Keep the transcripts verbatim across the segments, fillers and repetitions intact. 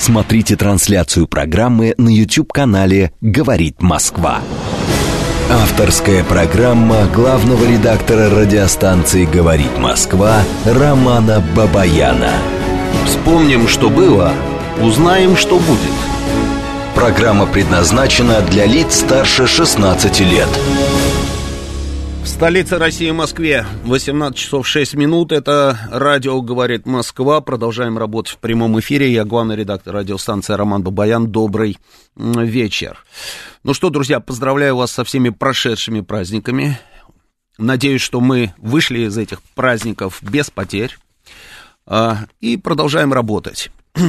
Смотрите трансляцию программы на YouTube-канале «Говорит Москва». Авторская программа главного редактора радиостанции «Говорит Москва» Романа Бабаяна. Вспомним, что было, узнаем, что будет. Программа предназначена для лиц старше шестнадцати лет. В столице России, Москве, восемнадцать часов шесть минут. Это радио «Говорит Москва». Продолжаем работать в прямом эфире. Я главный редактор радиостанции Роман Бабаян. Добрый вечер. Ну что, друзья, поздравляю вас со всеми прошедшими праздниками. Надеюсь, что мы вышли из этих праздников без потерь. И продолжаем работать.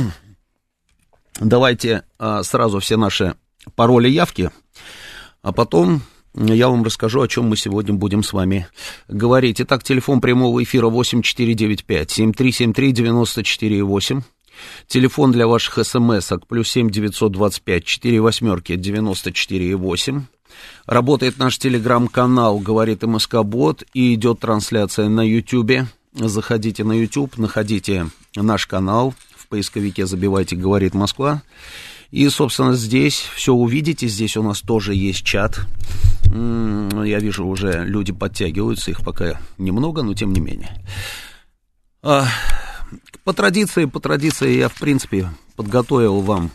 Давайте сразу все наши пароли, явки, а потом я вам расскажу, о чем мы сегодня будем с вами говорить. Итак, телефон прямого эфира восемь четыре девять пять семь три семь три девять четыре восемь. Телефон для ваших смс-ок плюс семь девятьсот двадцать пять четыре восьмерки девяносто четыре восемь. Работает наш телеграм-канал «Говорит МСК-бот» и идет трансляция на Ютьюбе. Заходите на Ютьюб, находите наш канал, в поисковике забивайте «Говорит Москва». И, собственно, здесь все увидите. Здесь у нас тоже есть чат. Я вижу, уже люди подтягиваются. Их пока немного, но тем не менее. По традиции, по традиции я, в принципе, подготовил вам,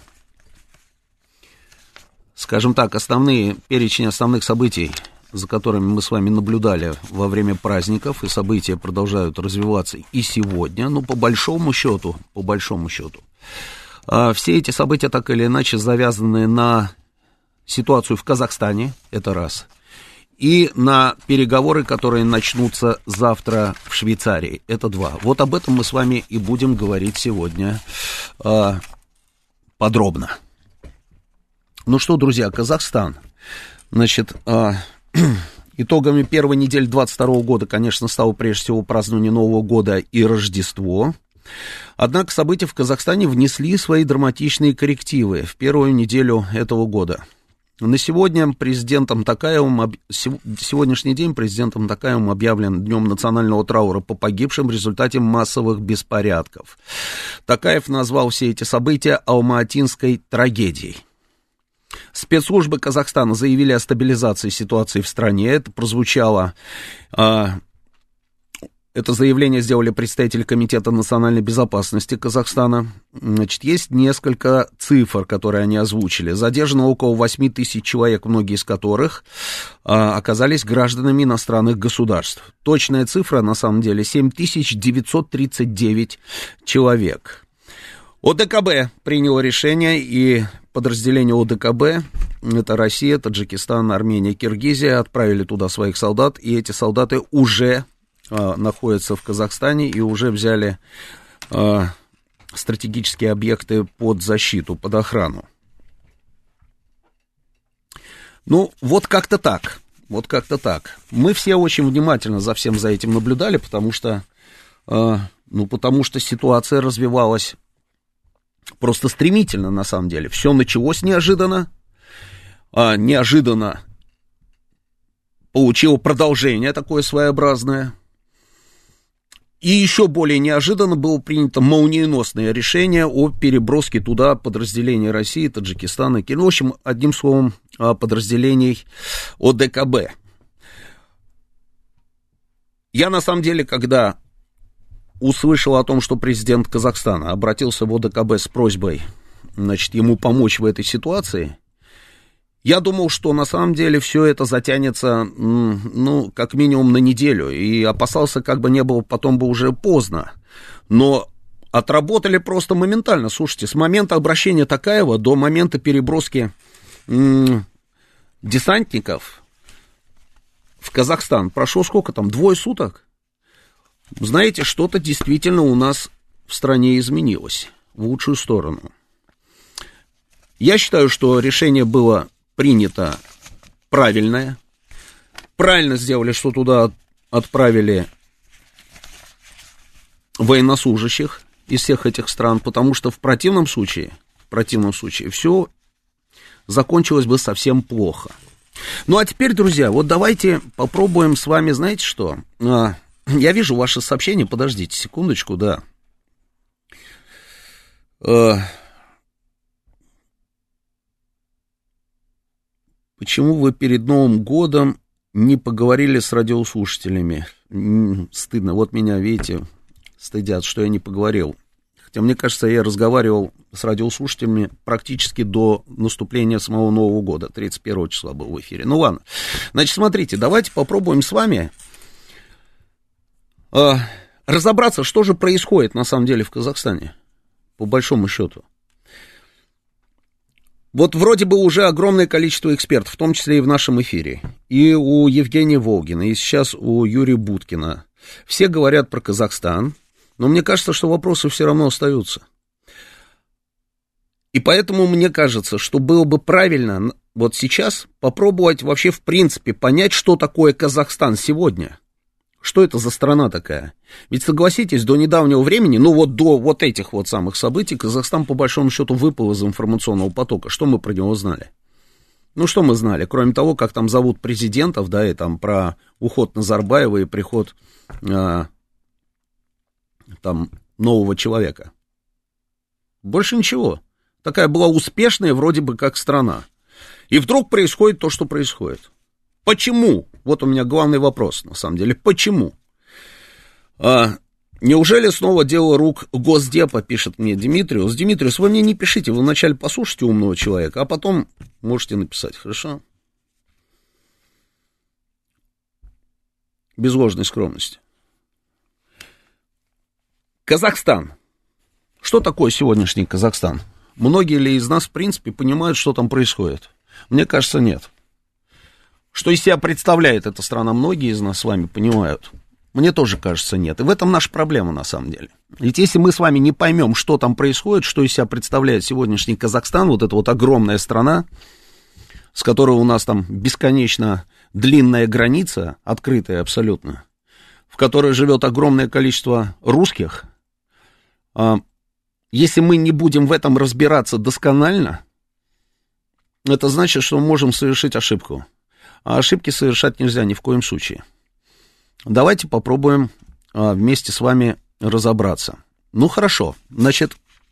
скажем так, основные, перечень основных событий, за которыми мы с вами наблюдали во время праздников. И события продолжают развиваться и сегодня. Но по большому счету, по большому счету, все эти события так или иначе завязаны на ситуацию в Казахстане, это раз, и на переговоры, которые начнутся завтра в Швейцарии, это два. Вот об этом мы с вами и будем говорить сегодня э, подробно. Ну что, друзья, Казахстан, значит, э, итогами первой недели двадцать второго года, конечно, стало прежде всего празднование Нового года и Рождество. Однако события в Казахстане внесли свои драматичные коррективы в первую неделю этого года. На сегодня президентом Токаевым, сегодняшний день президентом Токаевым объявлен днем национального траура по погибшим в результате массовых беспорядков. Токаев назвал все эти события алмаатинской трагедией. Спецслужбы Казахстана заявили о стабилизации ситуации в стране. Это прозвучало... Это заявление сделали представители Комитета национальной безопасности Казахстана. Значит, есть несколько цифр, которые они озвучили. Задержано около восемь тысяч человек, многие из которых а, оказались гражданами иностранных государств. Точная цифра, на самом деле, семь тысяч девятьсот тридцать девять человек. ОДКБ приняло решение, и подразделение ОДКБ, это Россия, Таджикистан, Армения, Киргизия, отправили туда своих солдат, и эти солдаты уже... находятся в Казахстане и уже взяли э, стратегические объекты под защиту, под охрану. Ну, вот как-то так, вот как-то так. Мы все очень внимательно за всем за этим наблюдали, потому что, э, ну, потому что ситуация развивалась просто стремительно, на самом деле. Все началось неожиданно, э, неожиданно получило продолжение такое своеобразное. И еще более неожиданно было принято молниеносное решение о переброске туда подразделений России, Таджикистана, ну, в общем, одним словом, подразделений ОДКБ. Я, на самом деле, когда услышал о том, что президент Казахстана обратился в ОДКБ с просьбой, значит, ему помочь в этой ситуации, я думал, что на самом деле все это затянется, ну, как минимум на неделю, и опасался, как бы не было, потом бы уже поздно. Но отработали просто моментально. Слушайте, с момента обращения Токаева до момента переброски м- десантников в Казахстан прошло сколько там, двое суток? Знаете, что-то действительно у нас в стране изменилось в лучшую сторону. Я считаю, что решение было принято правильное. Правильно сделали, что туда отправили военнослужащих из всех этих стран, потому что в противном случае, в противном случае все закончилось бы совсем плохо. Ну, а теперь, друзья, вот давайте попробуем с вами, знаете что? Я вижу ваше сообщение, подождите секундочку, да. Почему вы перед Новым годом не поговорили с радиослушателями? Стыдно. Вот меня, видите, стыдят, что я не поговорил. Хотя, мне кажется, я разговаривал с радиослушателями практически до наступления самого Нового года. тридцать первого числа был в эфире. Ну, ладно. Значит, смотрите, давайте попробуем с вами э, разобраться, что же происходит на самом деле в Казахстане, по большому счету. Вот вроде бы уже огромное количество экспертов, в том числе и в нашем эфире, и у Евгения Волгина, и сейчас у Юрия Буткина. Все говорят про Казахстан, но мне кажется, что вопросы все равно остаются. И поэтому мне кажется, что было бы правильно вот сейчас попробовать вообще в принципе понять, что такое Казахстан сегодня. Что это за страна такая? Ведь, согласитесь, до недавнего времени, ну вот до вот этих вот самых событий, Казахстан, по большому счету, выпал из информационного потока. Что мы про него знали? Ну, что мы знали? Кроме того, как там зовут президентов, да, и там про уход Назарбаева и приход а, там нового человека. Больше ничего. Такая была успешная вроде бы как страна. И вдруг происходит то, что происходит. Почему? Вот у меня главный вопрос, на самом деле. Почему? А, неужели снова дело рук Госдепа, пишет мне Димитриус. Димитриус, вы мне не пишите, вы вначале послушайте умного человека, а потом можете написать, хорошо? Без ложной скромности. Казахстан. Что такое сегодняшний Казахстан? Многие ли из нас, в принципе, понимают, что там происходит? Мне кажется, нет. Что из себя представляет эта страна, многие из нас с вами понимают. Мне тоже кажется, нет. И в этом наша проблема, на самом деле. Ведь если мы с вами не поймем, что там происходит, что из себя представляет сегодняшний Казахстан, вот эта вот огромная страна, с которой у нас там бесконечно длинная граница, открытая абсолютно, в которой живет огромное количество русских, если мы не будем в этом разбираться досконально, это значит, что мы можем совершить ошибку. А ошибки совершать нельзя ни в коем случае. Давайте попробуем а, вместе с вами разобраться. Ну, хорошо. Значит,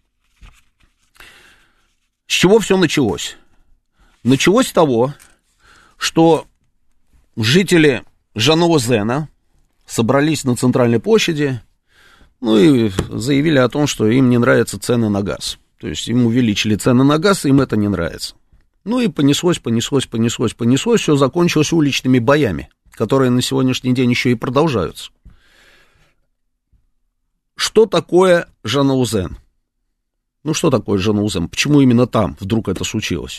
с чего все началось? Началось с того, что жители Жанаозена собрались на центральной площади, ну и заявили о том, что им не нравятся цены на газ. То есть им увеличили цены на газ, им это не нравится. Ну и понеслось, понеслось, понеслось, понеслось, все закончилось уличными боями, которые на сегодняшний день еще и продолжаются. Что такое Жанаозен? Ну что такое Жанаозен? Почему именно там вдруг это случилось?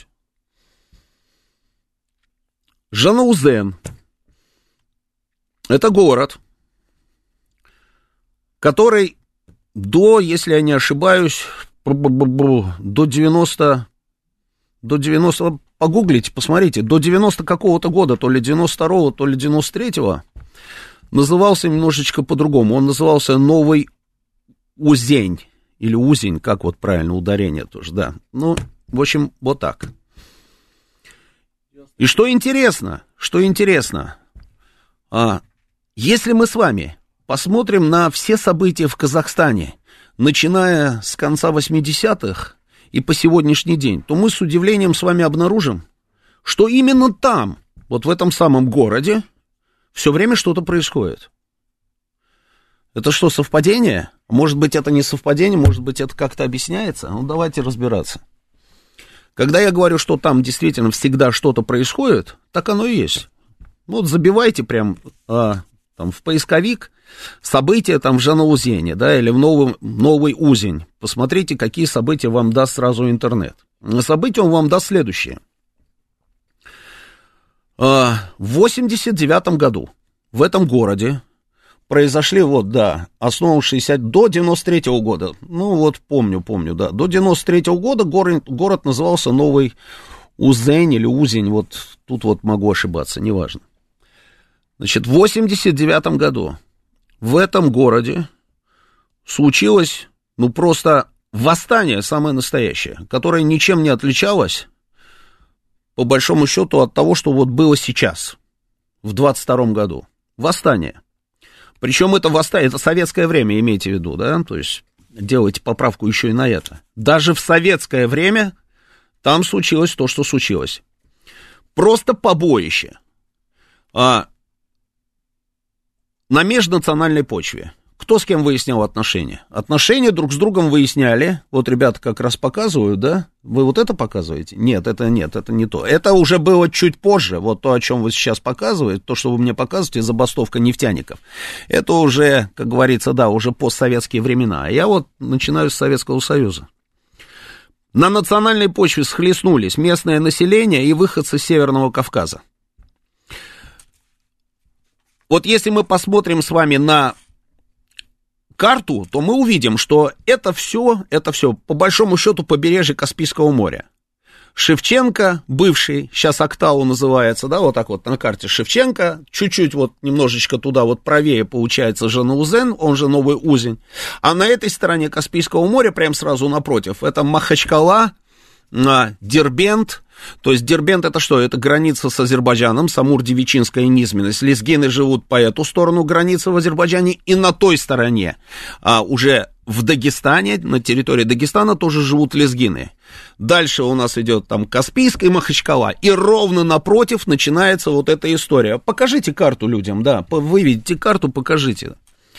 Жанаозен — это город, который до, если я не ошибаюсь, до девяносто... До девяностого, погуглите, посмотрите, до девяносто какого-то года, то ли девяносто второго, то ли девяносто третьего, назывался немножечко по-другому. Он назывался Новый Узень, или Узень, как вот правильно, ударение тоже, да. Ну, в общем, вот так. И что интересно, что интересно, а, если мы с вами посмотрим на все события в Казахстане, начиная с конца восьмидесятых, и по сегодняшний день, то мы с удивлением с вами обнаружим, что именно там, вот в этом самом городе, все время что-то происходит. Это что, совпадение? Может быть, это не совпадение, может быть, это как-то объясняется? Ну, давайте разбираться. Когда я говорю, что там действительно всегда что-то происходит, так оно и есть. Вот забивайте прям а, там, в поисковик события там в Жанаозене, да, или в Новый, Новый Узень. Посмотрите, какие события вам даст сразу интернет. События он вам даст следующее. В восемьдесят девятом году в этом городе произошли, вот, да, основан шестьдесят, до девяносто третьего года, ну, вот, помню, помню, да, до девяносто третьего года город, город назывался Новый Узень или Узень, вот, тут вот могу ошибаться, неважно. Значит, в восемьдесят девятом году в этом городе случилось, ну, просто восстание самое настоящее, которое ничем не отличалось, по большому счету, от того, что вот было сейчас, в двадцать втором году. Восстание. Причем это восстание, это советское время, имейте в виду, да, то есть делайте поправку еще и на это. Даже в советское время там случилось то, что случилось. Просто побоище. А, на межнациональной почве. Кто с кем выяснял отношения? Отношения друг с другом выясняли. Вот ребята как раз показывают, да? Вы вот это показываете? Нет, это нет, это не то. Это уже было чуть позже. Вот то, о чем вы сейчас показываете, то, что вы мне показываете, забастовка нефтяников. Это уже, как говорится, да, уже постсоветские времена. А я вот начинаю с Советского Союза. На национальной почве схлестнулись местное население и выходцы с Северного Кавказа. Вот если мы посмотрим с вами на карту, то мы увидим, что это все, это все, по большому счету, побережье Каспийского моря. Шевченко, бывший, сейчас Актау называется, да, вот так вот на карте Шевченко, чуть-чуть вот немножечко туда вот правее получается Жанаузен, он же Новый Узень, а на этой стороне Каспийского моря, прям сразу напротив, это Махачкала, Дербент. То есть Дербент это что? Это граница с Азербайджаном, Самур-Девичинская низменность. Лезгины живут по эту сторону границы в Азербайджане, и на той стороне, а, уже в Дагестане, на территории Дагестана тоже живут лезгины. Дальше у нас идет там Каспийская и Махачкала, и ровно напротив начинается вот эта история. Покажите карту людям, да, вы видите карту, покажите.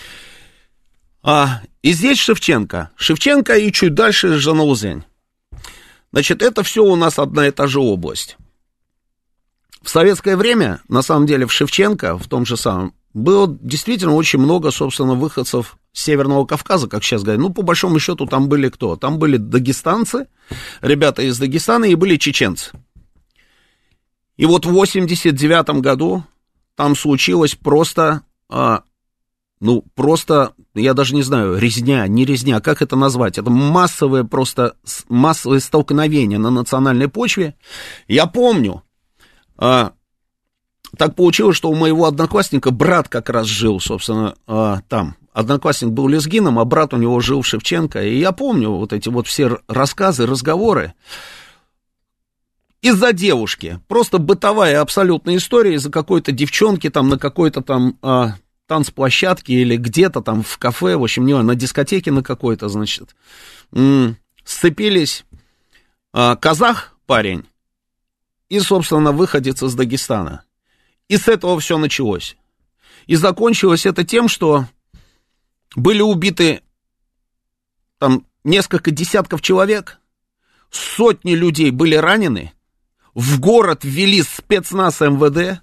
А, и здесь Шевченко. Шевченко и чуть дальше Жанаузень. Значит, это все у нас одна и та же область. В советское время, на самом деле, в Шевченко, в том же самом, было действительно очень много, собственно, выходцев с Северного Кавказа, как сейчас говорят. Ну, по большому счету, там были кто? Там были дагестанцы, ребята из Дагестана, и были чеченцы. И вот в восемьдесят девятом году там случилось просто... А, Ну, просто, я даже не знаю, резня, не резня, как это назвать? Это массовое просто, массовое столкновение на национальной почве. Я помню, а, так получилось, что у моего одноклассника брат как раз жил, собственно, а, там. Одноклассник был лезгином, а брат у него жил в Шевченко. И я помню вот эти вот все рассказы, разговоры. Из-за девушки. Просто бытовая абсолютная история из-за какой-то девчонки там на какой-то там... А, танцплощадке или где-то там в кафе, в общем, не на дискотеке на какой-то, значит, м- сцепились а, казах, парень, и, собственно, выходец из Дагестана. И с этого все началось. И закончилось это тем, что были убиты там несколько десятков человек, сотни людей были ранены, в город ввели спецназ эм вэ дэ,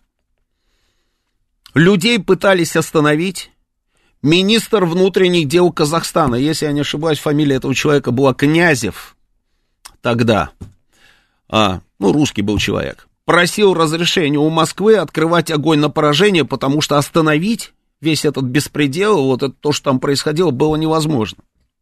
людей пытались остановить. Министр внутренних дел Казахстана, если я не ошибаюсь, фамилия этого человека была Князев тогда, а, ну, русский был человек, просил разрешения у Москвы открывать огонь на поражение, потому что остановить весь этот беспредел, вот это, то, что там происходило, было невозможно.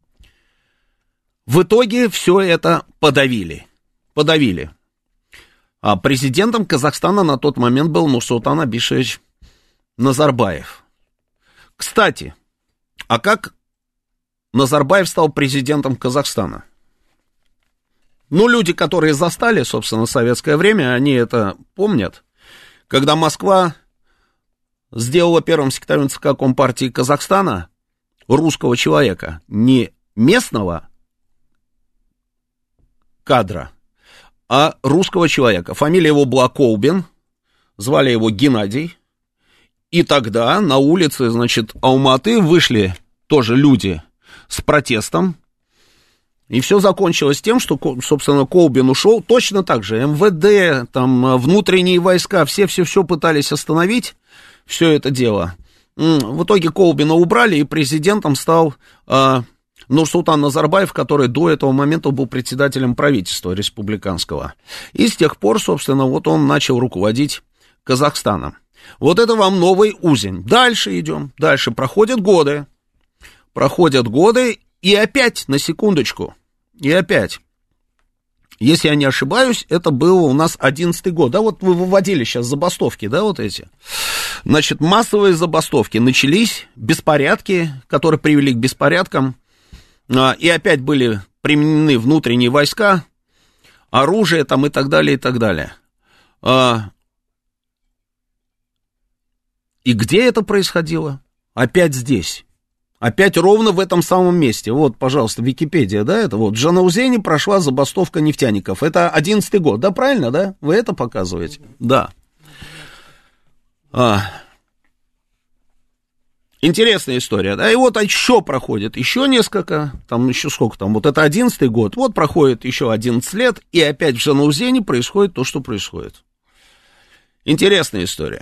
В итоге все это подавили. Подавили. А президентом Казахстана на тот момент был Нурсултан Абишевич Назарбаев. Кстати, а как Назарбаев стал президентом Казахстана? Ну, люди, которые застали, собственно, советское время, они это помнят. Когда Москва сделала первым секретарем ЦК Компартии Казахстана русского человека, не местного кадра, а русского человека. Фамилия его была Колбин, звали его Геннадий. И тогда на улице, значит, Алматы вышли тоже люди с протестом. И все закончилось тем, что, собственно, Колбин ушел. Точно так же эм вэ дэ, там, внутренние войска, все-все-все пытались остановить все это дело. В итоге Колбина убрали, и президентом стал а, Нурсултан Назарбаев, который до этого момента был председателем правительства республиканского. И с тех пор, собственно, вот он начал руководить Казахстаном. Вот это вам Новый Узень. Дальше идем. Дальше проходят годы. Проходят годы. И опять, на секундочку. И опять. Если я не ошибаюсь, это был у нас одиннадцатый год. Да, вот вы выводили сейчас забастовки, да, вот эти. Значит, массовые забастовки начались. Беспорядки, которые привели к беспорядкам. И опять были применены внутренние войска. Оружие там и так далее, и так далее. И где это происходило? Опять здесь. Опять ровно в этом самом месте. Вот, пожалуйста, Википедия, да, это вот. В Джанаузене прошла забастовка нефтяников. Это одиннадцатый год, да, правильно, да? Вы это показываете? Да. А. Интересная история, да, и вот еще проходит еще несколько, там еще сколько там, вот это одиннадцатый год, вот проходит еще одиннадцать лет, и опять в Джанаузене происходит то, что происходит. Интересная история.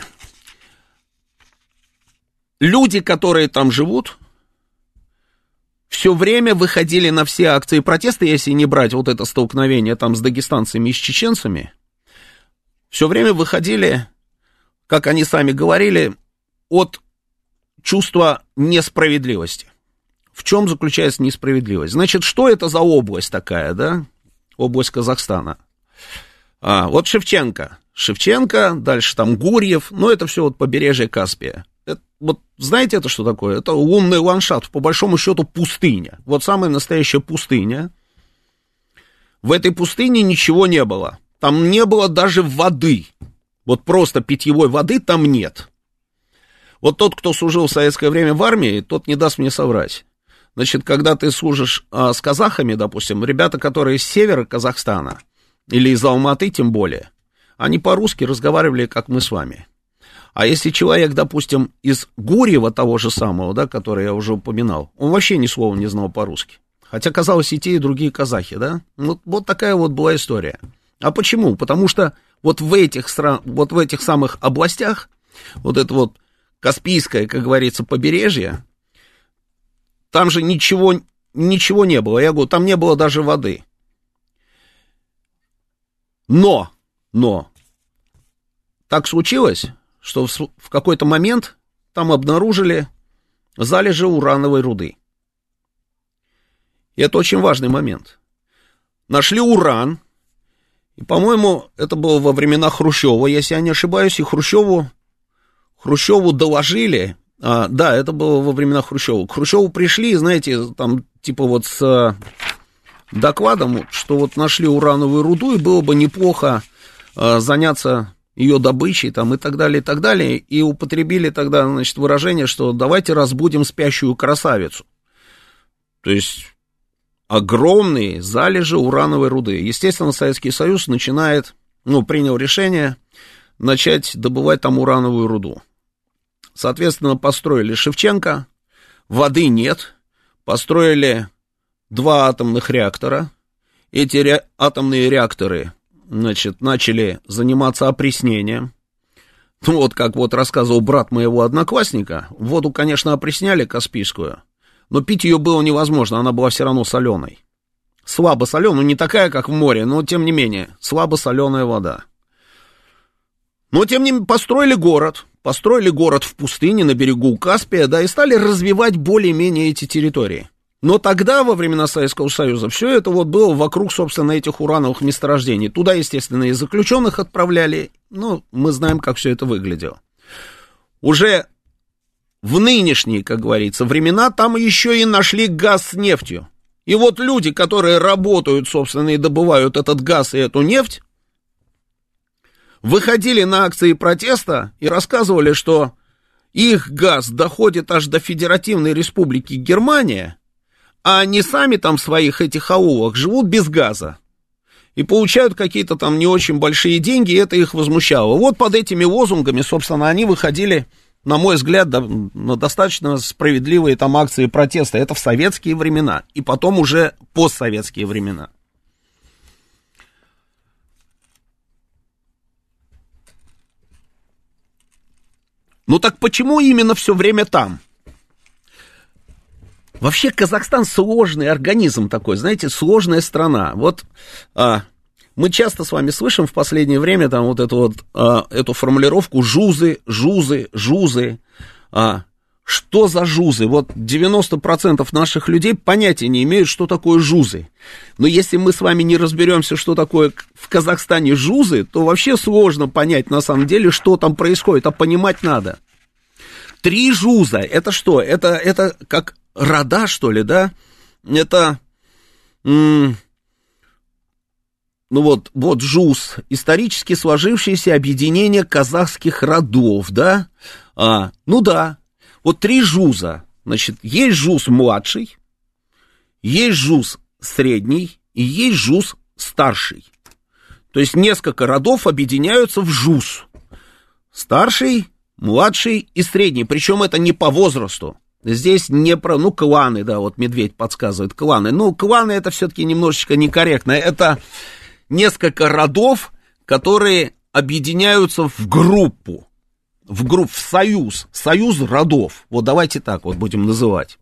Люди, которые там живут, все время выходили на все акции протеста, если не брать вот это столкновение там с дагестанцами и с чеченцами, все время выходили, как они сами говорили, от чувства несправедливости. В чем заключается несправедливость? Значит, что это за область такая, да? Область Казахстана. А, вот Шевченко. Шевченко, дальше там Гурьев, ну, это все вот побережье Каспия. Это, вот знаете, это что такое? Это лунный ландшафт, по большому счету пустыня. Вот самая настоящая пустыня. В этой пустыне ничего не было. Там не было даже воды. Вот просто питьевой воды там нет. Вот тот, кто служил в советское время в армии, тот не даст мне соврать. Значит, когда ты служишь а, с казахами, допустим, ребята, которые с севера Казахстана, или из Алматы тем более, они по-русски разговаривали, как мы с вами. А если человек, допустим, из Гурьева того же самого, да, который я уже упоминал, он вообще ни слова не знал по-русски. Хотя, казалось, и те, и другие казахи, да? Вот, вот такая вот была история. А почему? Потому что вот в этих, вот в этих самых областях, вот это вот Каспийское, как говорится, побережье, там же ничего, ничего не было. Я говорю, там не было даже воды. Но, но, так случилось, что в, в какой-то момент там обнаружили залежи урановой руды. И это очень важный момент. Нашли уран, и, по-моему, это было во времена Хрущева, если я не ошибаюсь, и Хрущеву Хрущеву доложили, а, да, это было во времена Хрущева. К Хрущеву пришли, знаете, там, типа вот с а, докладом, что вот нашли урановую руду, и было бы неплохо а, заняться ее добычей, там, и так далее, и так далее, и употребили тогда, значит, выражение, что давайте разбудим спящую красавицу. То есть огромные залежи урановой руды. Естественно, Советский Союз начинает, ну, принял решение начать добывать там урановую руду. Соответственно, построили Шевченко, воды нет, построили два атомных реактора. Эти ре- атомные реакторы, значит, начали заниматься опреснением. Ну, вот как вот рассказывал брат моего одноклассника, воду, конечно, опресняли Каспийскую, но пить ее было невозможно, она была все равно соленой. Слабо соленая, ну, не такая, как в море, но, тем не менее, слабо соленая вода. Но, тем не менее, построили город, построили город в пустыне на берегу Каспия, да, и стали развивать более-менее эти территории. Но тогда, во времена Советского Союза, все это вот было вокруг, собственно, этих урановых месторождений. Туда, естественно, и заключенных отправляли, ну, мы знаем, как все это выглядело. Уже в нынешние, как говорится, времена там еще и нашли газ с нефтью. И вот люди, которые работают, собственно, и добывают этот газ и эту нефть, выходили на акции протеста и рассказывали, что их газ доходит аж до Федеративной Республики Германия, а они сами там в своих этих аулах живут без газа и получают какие-то там не очень большие деньги, и это их возмущало. Вот под этими лозунгами, собственно, они выходили, на мой взгляд, на достаточно справедливые там акции протеста. Это в советские времена и потом уже постсоветские времена. Ну так почему именно все время там? Вообще Казахстан сложный организм такой, знаете, сложная страна. Вот а, мы часто с вами слышим в последнее время там вот эту вот а, эту формулировку жузы, жузы, жузы. А, что за жузы? Вот девяносто процентов наших людей понятия не имеют, что такое жузы. Но если мы с вами не разберемся, что такое в Казахстане жузы, то вообще сложно понять на самом деле, что там происходит, а понимать надо. Три жуза, это что? Это, это как рода, что ли, да? Это, м- ну вот, вот жуз, исторически сложившееся объединение казахских родов, да? А, ну да. Вот три жуза. Значит, есть жуз младший, есть жуз средний и есть жуз старший. То есть несколько родов объединяются в жуз. Старший, младший и средний. Причем это не по возрасту. Здесь не про, ну, кланы, да, вот Медведь подсказывает, кланы. Ну, кланы это все-таки немножечко некорректно. Это несколько родов, которые объединяются в группу, в группу, в союз, союз родов. Вот давайте так вот будем называть.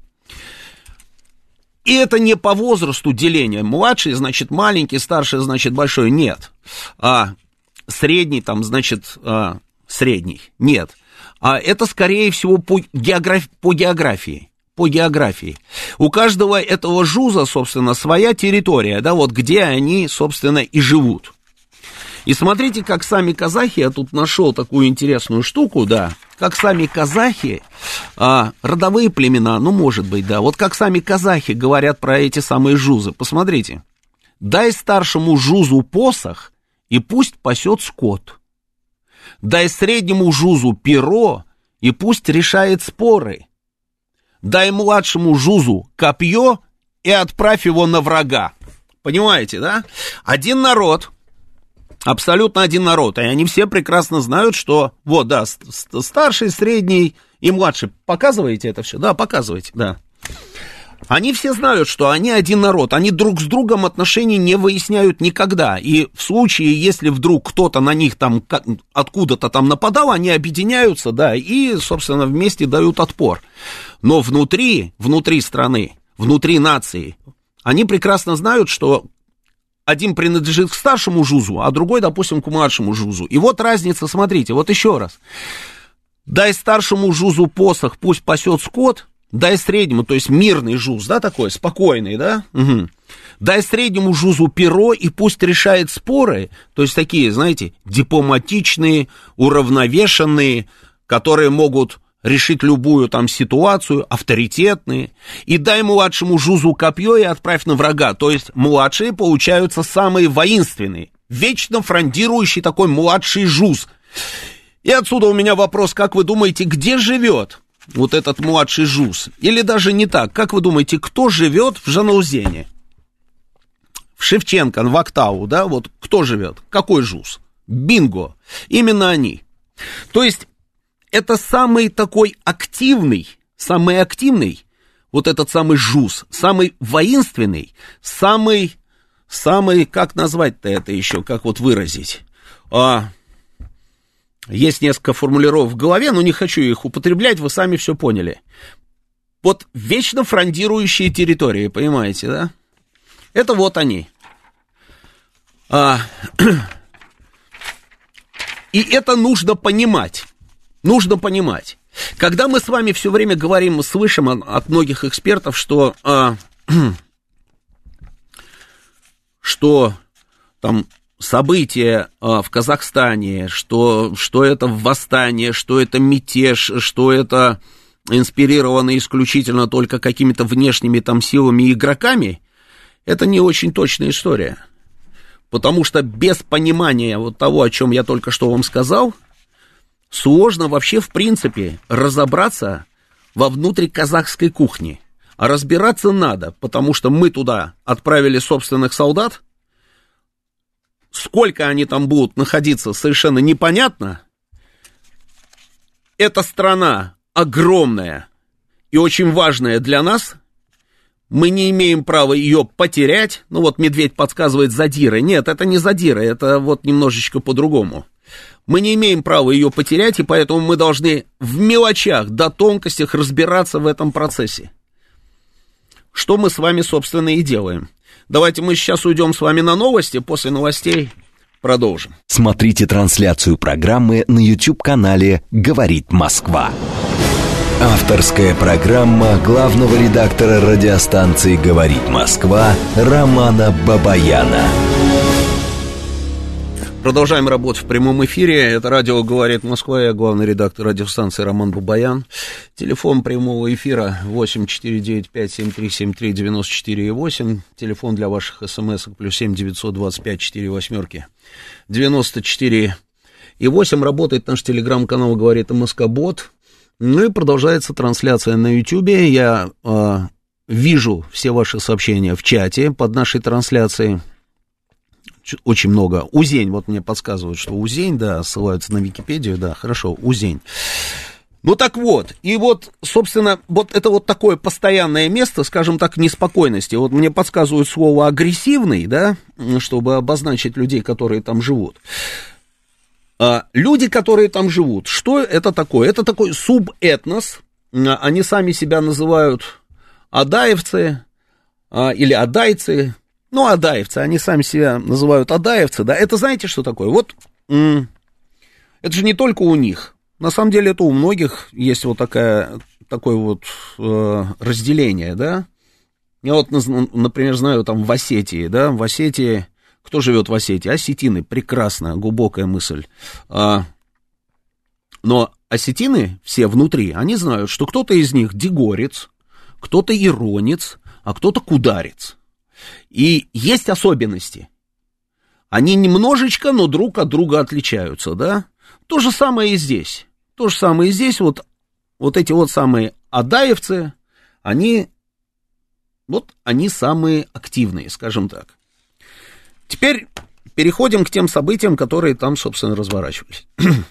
И это не по возрасту деления. Младший, значит, маленький, старший, значит, большой. Нет. А средний, там, значит, а, средний. Нет. А это, скорее всего, по, географ... по географии. По географии. У каждого этого жуза, собственно, своя территория, да, вот где они, собственно, и живут. И смотрите, как сами казахи, я тут нашел такую интересную штуку, да, как сами казахи, а, родовые племена, ну, может быть, да, вот как сами казахи говорят про эти самые жузы. Посмотрите. Дай старшему жузу посох, и пусть пасет скот. Дай среднему жузу перо, и пусть решает споры. Дай младшему жузу копье, и отправь его на врага. Понимаете, да? Один народ, абсолютно один народ, и они все прекрасно знают, что, вот, да, старший, средний и младший. Показываете это все? Да, показываете, да. Они все знают, что они один народ, они друг с другом отношений не выясняют никогда, и в случае, если вдруг кто-то на них там откуда-то там нападал, они объединяются, да, и, собственно, вместе дают отпор. Но внутри, внутри страны, внутри нации, они прекрасно знают, что один принадлежит к старшему жузу, а другой, допустим, к младшему жузу. И вот разница, смотрите, вот еще раз. Дай старшему жузу посох, пусть пасет скот. Дай среднему, то есть мирный жуз, да, такой, спокойный, да? Угу. Дай среднему жузу перо, и пусть решает споры, то есть такие, знаете, дипломатичные, уравновешенные, которые могут решить любую там ситуацию, авторитетные. И дай младшему жузу копье и отправь на врага, то есть младшие получаются самые воинственные, вечно фрондирующий такой младший жуз. И отсюда у меня вопрос, как вы думаете, где живет вот этот младший жуз? Или даже не так. Как вы думаете, кто живет в Жанаузене? В Шевченко, в Актау, да? Вот кто живет? Какой жуз? Бинго. Именно они. То есть, это самый такой активный, самый активный, вот этот самый жуз, самый воинственный, самый, самый, как назвать-то это еще, как вот выразить? А... Есть несколько формулировок в голове, но не хочу их употреблять, вы сами все поняли. Вот вечно фрондирующие территории, понимаете, да? Это вот они. А, и это нужно понимать. Нужно понимать. Когда мы с вами все время говорим, слышим от многих экспертов, что, а, что там... события а, в Казахстане, что, что это восстание, что это мятеж, что это инспирировано исключительно только какими-то внешними там силами и игроками, это не очень точная история. Потому что без понимания вот того, о чем я только что вам сказал, сложно вообще в принципе разобраться во внутриказахской кухне. А разбираться надо, потому что мы туда отправили собственных солдат. Сколько они там будут находиться, совершенно непонятно. Эта страна огромная и очень важная для нас. Мы не имеем права ее потерять. Ну вот Медведь подсказывает задиры. Нет, это не задиры, это вот немножечко по-другому. Мы не имеем права ее потерять, и поэтому мы должны в мелочах, до тонкостях разбираться в этом процессе. Что мы с вами, собственно, и делаем. Давайте мы сейчас уйдем с вами на новости, после новостей продолжим. Смотрите трансляцию программы на YouTube-канале «Говорит Москва». Авторская программа главного редактора радиостанции «Говорит Москва» Романа Бабаяна. Продолжаем работать в прямом эфире. Это радио «Говорит Москва». Я главный редактор радиостанции Роман Бабаян. Телефон прямого эфира восемь четыре девять пять семь три семь три девять четыре восемь. Телефон для ваших смс-ок плюс семь девятьсот двадцать пять четыре восьмерки девяносто четыре и восемь. Работает наш телеграм-канал «Говорит МСК-бот». Ну и продолжается трансляция на Ютьюбе. Я э, вижу все ваши сообщения в чате под нашей трансляцией. Очень много. Узень, вот мне подсказывают, что Узень, да, ссылаются на Википедию, да, хорошо, Узень. Ну так вот, и вот, собственно, вот это вот такое постоянное место, скажем так, неспокойности. Вот мне подсказывают слово агрессивный, да, чтобы обозначить людей, которые там живут. А, люди, которые там живут, что это такое? Это такой субэтнос, они сами себя называют адаевцы а, или адайцы. Ну, адаевцы, они сами себя называют адаевцы, да, это знаете, что такое? Вот, м- это же не только у них, на самом деле это у многих есть вот такая, такое вот э, разделение, да. Я вот, например, знаю там в Осетии, да, в Осетии, кто живет в Осетии? Осетины, прекрасно, глубокая мысль. А, но осетины все внутри, они знают, что кто-то из них дегорец, кто-то иронец, а кто-то кударец. И есть особенности. Они немножечко, но друг от друга отличаются, да? То же самое и здесь. То же самое и здесь. Вот, вот эти вот самые адаевцы, они, вот они самые активные, скажем так. Теперь переходим к тем событиям, которые там, собственно, разворачивались.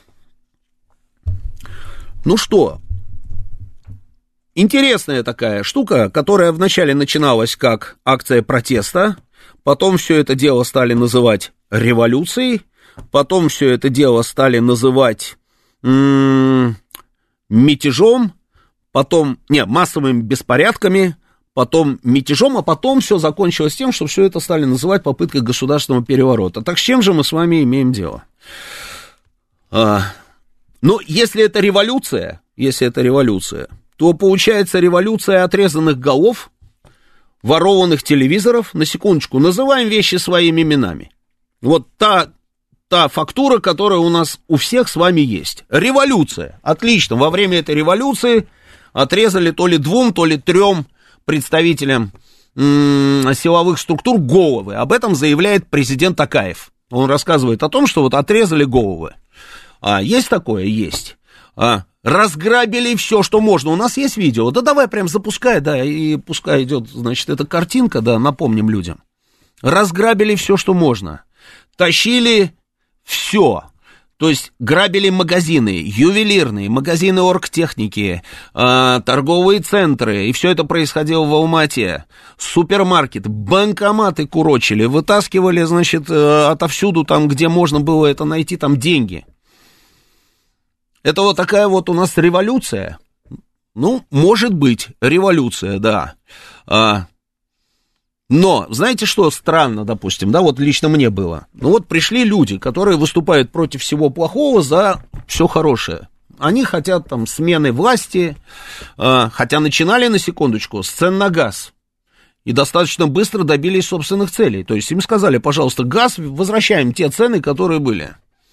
Ну что? Интересная такая штука, которая вначале начиналась как акция протеста, потом все это дело стали называть революцией, потом все это дело стали называть м- мятежом, потом, не, массовыми беспорядками, потом мятежом, а потом все закончилось тем, что все это стали называть попыткой государственного переворота. Так с чем же мы с вами имеем дело? А, ну, если это революция, если это революция, то получается революция отрезанных голов, ворованных телевизоров. На секундочку, называем вещи своими именами. Вот та, та фактура, которая у нас у всех с вами есть. Революция. Отлично. Во время этой революции отрезали то ли двум, то ли трем представителям м- силовых структур головы. Об этом заявляет президент Акаев. Он рассказывает о том, что вот отрезали головы. А, есть такое? Есть. А, разграбили все, что можно. У нас есть видео. Да давай прям запускай, да, и пускай идет, значит, эта картинка, да, напомним людям. Разграбили все, что можно. Тащили все. То есть грабили магазины, ювелирные, магазины оргтехники, э, торговые центры. И все это происходило в Алма-Ате. Супермаркет, банкоматы курочили, вытаскивали, значит, э, отовсюду, там, где можно было это найти, там деньги. Это вот такая вот у нас революция. Ну, может быть, революция, да. А, но, знаете, что странно, допустим, да, вот лично мне было. Ну вот пришли люди, которые выступают против всего плохого за все хорошее. Они хотят там смены власти, а, хотя начинали, на секундочку, с цен на газ. И достаточно быстро добились собственных целей. То есть им сказали, пожалуйста, газ, возвращаем те цены, которые были.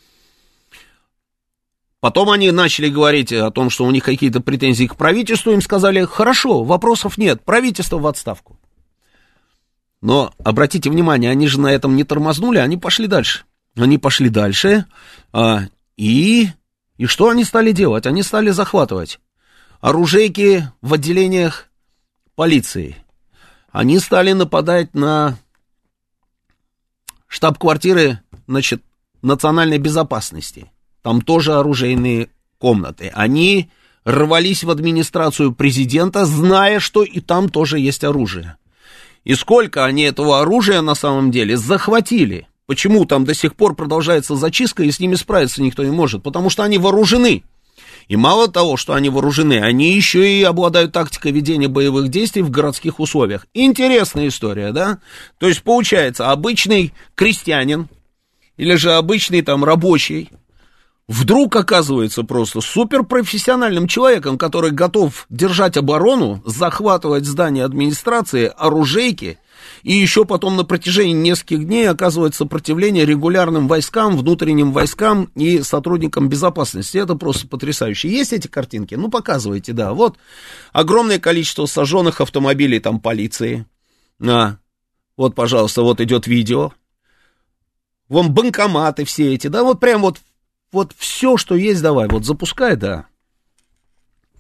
Потом они начали говорить о том, что у них какие-то претензии к правительству, им сказали, хорошо, вопросов нет, правительство в отставку. Но, обратите внимание, они же на этом не тормознули, они пошли дальше. Они пошли дальше, а, и, и что они стали делать? Они стали захватывать оружейки в отделениях полиции. Они стали нападать на штаб-квартиры, значит, национальной безопасности. Там тоже оружейные комнаты. Они рвались в администрацию президента, зная, что и там тоже есть оружие. И сколько они этого оружия на самом деле захватили. Почему там до сих пор продолжается зачистка, и с ними справиться никто не может? Потому что они вооружены. И мало того, что они вооружены, они еще и обладают тактикой ведения боевых действий в городских условиях. Интересная история, да? То есть, получается, обычный крестьянин или же обычный там рабочий вдруг оказывается просто суперпрофессиональным человеком, который готов держать оборону, захватывать здания администрации, оружейки, и еще потом на протяжении нескольких дней оказывать сопротивление регулярным войскам, внутренним войскам и сотрудникам безопасности. Это просто потрясающе. Есть эти картинки? Ну, показывайте, да. Вот огромное количество сожженных автомобилей там полиции. А, вот, пожалуйста, вот идет видео. Вон банкоматы все эти, да, вот прям вот Вот все, что есть, давай, вот запускай, да.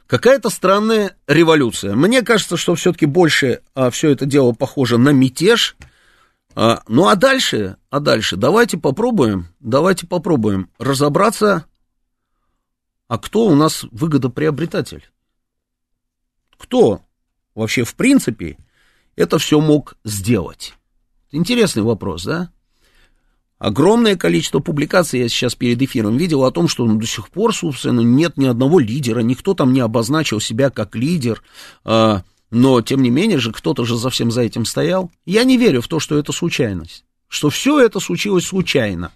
Какая-то странная революция. Мне кажется, что все-таки больше а, все это дело похоже на мятеж. А, ну а дальше, а дальше давайте попробуем, давайте попробуем разобраться, а кто у нас выгодоприобретатель? Кто вообще в принципе это все мог сделать? Интересный вопрос, да? Огромное количество публикаций я сейчас перед эфиром видел о том, что ну, до сих пор, собственно, нет ни одного лидера, никто там не обозначил себя как лидер, э, но, тем не менее же, кто-то же за всем за этим стоял. Я не верю в то, что это случайность, что все это случилось случайно.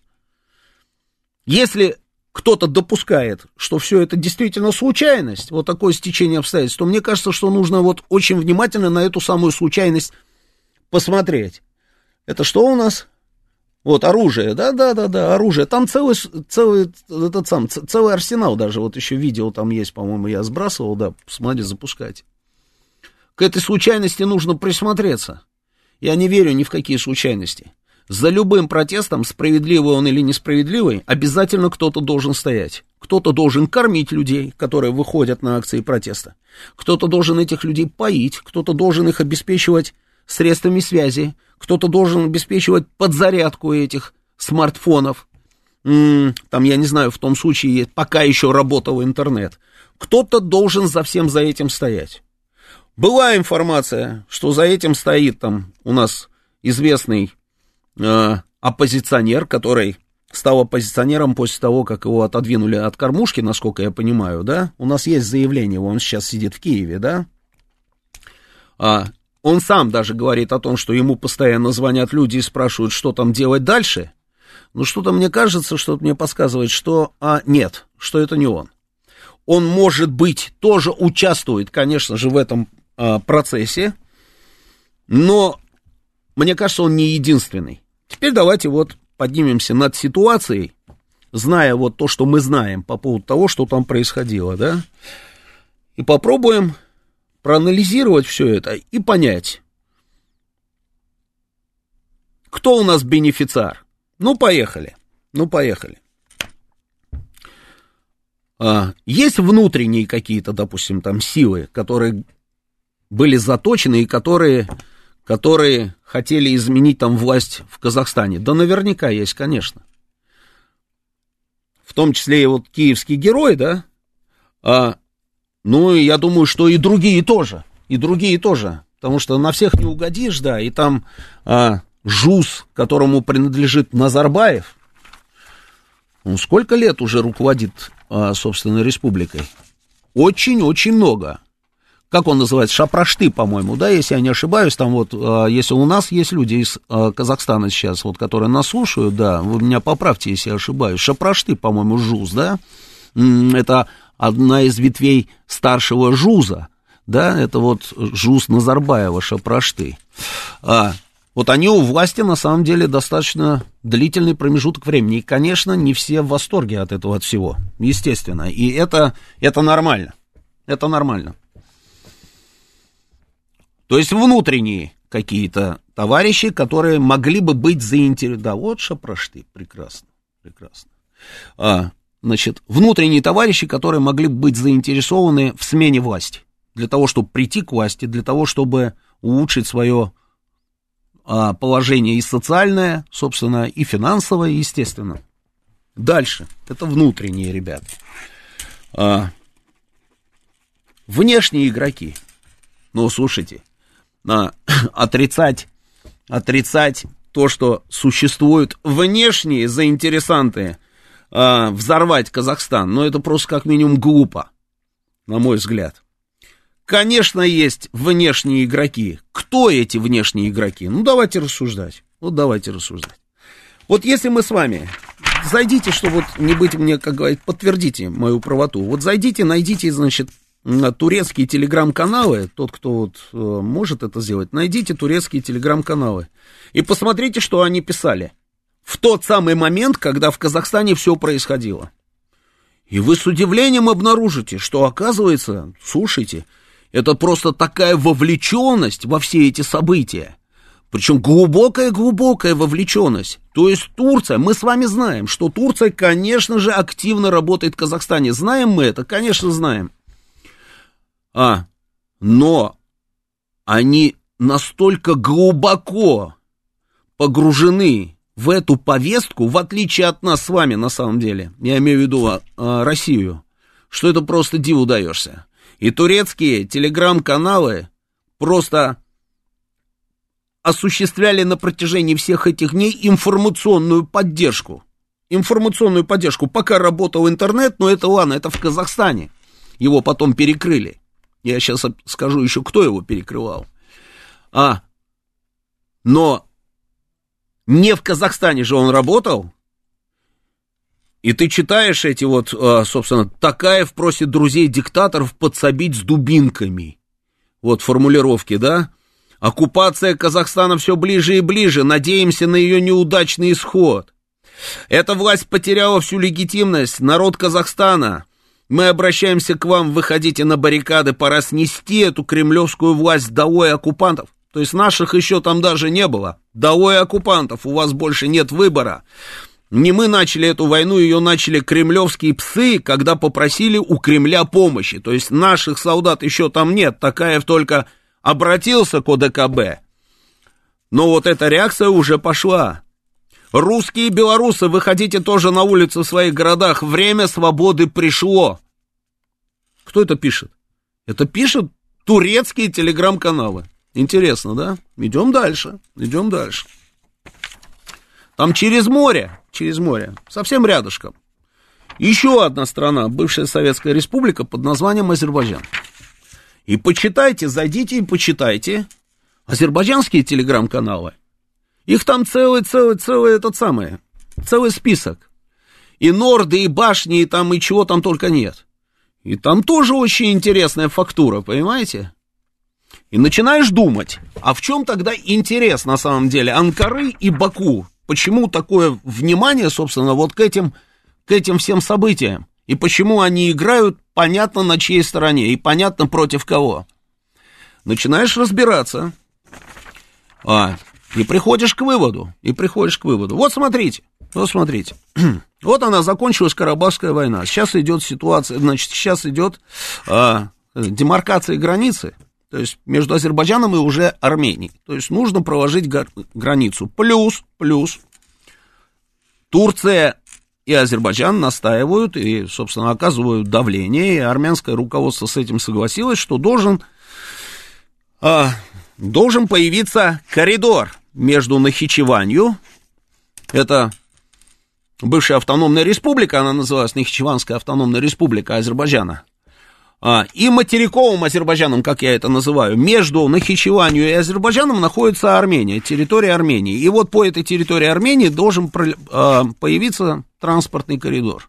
Если кто-то допускает, что все это действительно случайность, вот такое стечение обстоятельств, то мне кажется, что нужно вот очень внимательно на эту самую случайность посмотреть. Это что у нас? Вот, оружие, да-да-да-да, оружие. Там целый, целый, этот сам, целый арсенал даже, вот еще видео там есть, по-моему, я сбрасывал, да, посмотри, запускайте. К этой случайности нужно присмотреться. Я не верю ни в какие случайности. За любым протестом, справедливый он или несправедливый, обязательно кто-то должен стоять. Кто-то должен кормить людей, которые выходят на акции протеста. Кто-то должен этих людей поить, кто-то должен их обеспечивать средствами связи, кто-то должен обеспечивать подзарядку этих смартфонов. М-м, там, я не знаю, в том случае, пока еще работал интернет. Кто-то должен за всем за этим стоять. Была информация, что за этим стоит там у нас известный э, оппозиционер, который стал оппозиционером после того, как его отодвинули от кормушки, насколько я понимаю, да? У нас есть заявление, он сейчас сидит в Киеве, да? А, он сам даже говорит о том, что ему постоянно звонят люди и спрашивают, что там делать дальше. Но что-то мне кажется, что-то мне подсказывает, что а, нет, что это не он. Он, может быть, тоже участвует, конечно же, в этом а, процессе, но мне кажется, он не единственный. Теперь давайте вот поднимемся над ситуацией, зная вот то, что мы знаем по поводу того, что там происходило, да, и попробуем проанализировать все это и понять, кто у нас бенефициар. Ну, поехали, ну, поехали. А, есть внутренние какие-то, допустим, там силы, которые были заточены и которые, которые хотели изменить там власть в Казахстане. Да наверняка есть, конечно. В том числе и вот киевский герой, да, а, ну, я думаю, что и другие тоже, и другие тоже, потому что на всех не угодишь, да, и там а, ЖУЗ, которому принадлежит Назарбаев, он сколько лет уже руководит, а, собственно, республикой? Очень-очень много. Как он называется? Шапрашты, по-моему, да, если я не ошибаюсь, там вот, а, если у нас есть люди из а, Казахстана сейчас, вот, которые нас слушают, да, вы меня поправьте, если я ошибаюсь, Шапрашты, по-моему, ЖУЗ, да, это одна из ветвей старшего ЖУЗа, да, это вот ЖУЗ Назарбаева, Шапрашты. А, вот они у власти, на самом деле, достаточно длительный промежуток времени. И, конечно, не все в восторге от этого, от всего, естественно. И это, это нормально, это нормально. То есть внутренние какие-то товарищи, которые могли бы быть заинтересованы. Да, вот Шапрашты, прекрасно, прекрасно. А, значит, внутренние товарищи, которые могли бы быть заинтересованы в смене власти. Для того, чтобы прийти к власти, для того, чтобы улучшить свое а, положение и социальное, собственно, и финансовое, естественно. Дальше. Это внутренние ребята. А, внешние игроки. Ну, слушайте, а, отрицать, отрицать то, что существуют внешние заинтересанты а, взорвать Казахстан, ну, это просто как минимум глупо, на мой взгляд. Конечно, есть внешние игроки. Кто эти внешние игроки? Ну, давайте рассуждать. Вот давайте рассуждать. Вот если мы с вами... Зайдите, чтобы вот не быть мне, как говорить, подтвердите мою правоту. Вот зайдите, найдите, значит, турецкие телеграм-каналы. Тот, кто вот э, может это сделать, найдите турецкие телеграм-каналы. И посмотрите, что они писали. В тот самый момент, когда в Казахстане все происходило. И вы с удивлением обнаружите, что, оказывается, слушайте, это просто такая вовлеченность во все эти события. Причем глубокая-глубокая вовлеченность. То есть Турция, мы с вами знаем, что Турция, конечно же, активно работает в Казахстане. Знаем мы это? Конечно, знаем. А, но они настолько глубоко погружены в эту повестку, в отличие от нас с вами, на самом деле, я имею в виду а, а, Россию, что это просто диву даешься. И турецкие телеграм-каналы просто осуществляли на протяжении всех этих дней информационную поддержку. Информационную поддержку. Пока работал интернет, но это ладно, это в Казахстане. Его потом перекрыли. Я сейчас скажу еще, кто его перекрывал. А, но не в Казахстане же он работал. И ты читаешь эти вот, собственно, Токаев просит друзей диктаторов подсобить с дубинками. Вот формулировки, да? Оккупация Казахстана все ближе и ближе. Надеемся на ее неудачный исход. Эта власть потеряла всю легитимность. Народ Казахстана, мы обращаемся к вам, выходите на баррикады. Пора снести эту кремлевскую власть долой оккупантов. То есть наших еще там даже не было. Долой оккупантов, у вас больше нет выбора. Не мы начали эту войну, ее начали кремлевские псы, когда попросили у Кремля помощи. То есть наших солдат еще там нет, Токаев только обратился к ОДКБ. Но вот эта реакция уже пошла. Русские и белорусы, выходите тоже на улицы в своих городах, время свободы пришло. Кто это пишет? Это пишут турецкие телеграм-каналы. Интересно, да? Идем дальше, идем дальше. Там через море, через море, совсем рядышком, еще одна страна, бывшая Советская Республика под названием Азербайджан. И почитайте, зайдите и почитайте азербайджанские телеграм-каналы. Их там целый-целый-целый этот самый, целый список. И норды, и башни, и там, и чего там только нет. И там тоже очень интересная фактура, понимаете? И начинаешь думать, а в чем тогда интерес на самом деле Анкары и Баку? Почему такое внимание, собственно, вот к этим, к этим всем событиям? И почему они играют, понятно, на чьей стороне, и понятно, против кого? Начинаешь разбираться, а, и приходишь к выводу, и приходишь к выводу. Вот смотрите, вот смотрите. Вот она, закончилась Карабахская война. Сейчас идет ситуация, значит, сейчас идет а, демаркация границы. То есть между Азербайджаном и уже Арменией. То есть нужно проложить границу. Плюс, плюс, Турция и Азербайджан настаивают и, собственно, оказывают давление. И армянское руководство с этим согласилось, что должен, э, должен появиться коридор между Нахичеванью, это бывшая автономная республика, она называлась Нахичеванская автономная республика Азербайджана, А, и материковым Азербайджаном, как я это называю, между Нахичеванью и Азербайджаном находится Армения, территория Армении. И вот по этой территории Армении должен а, появиться транспортный коридор.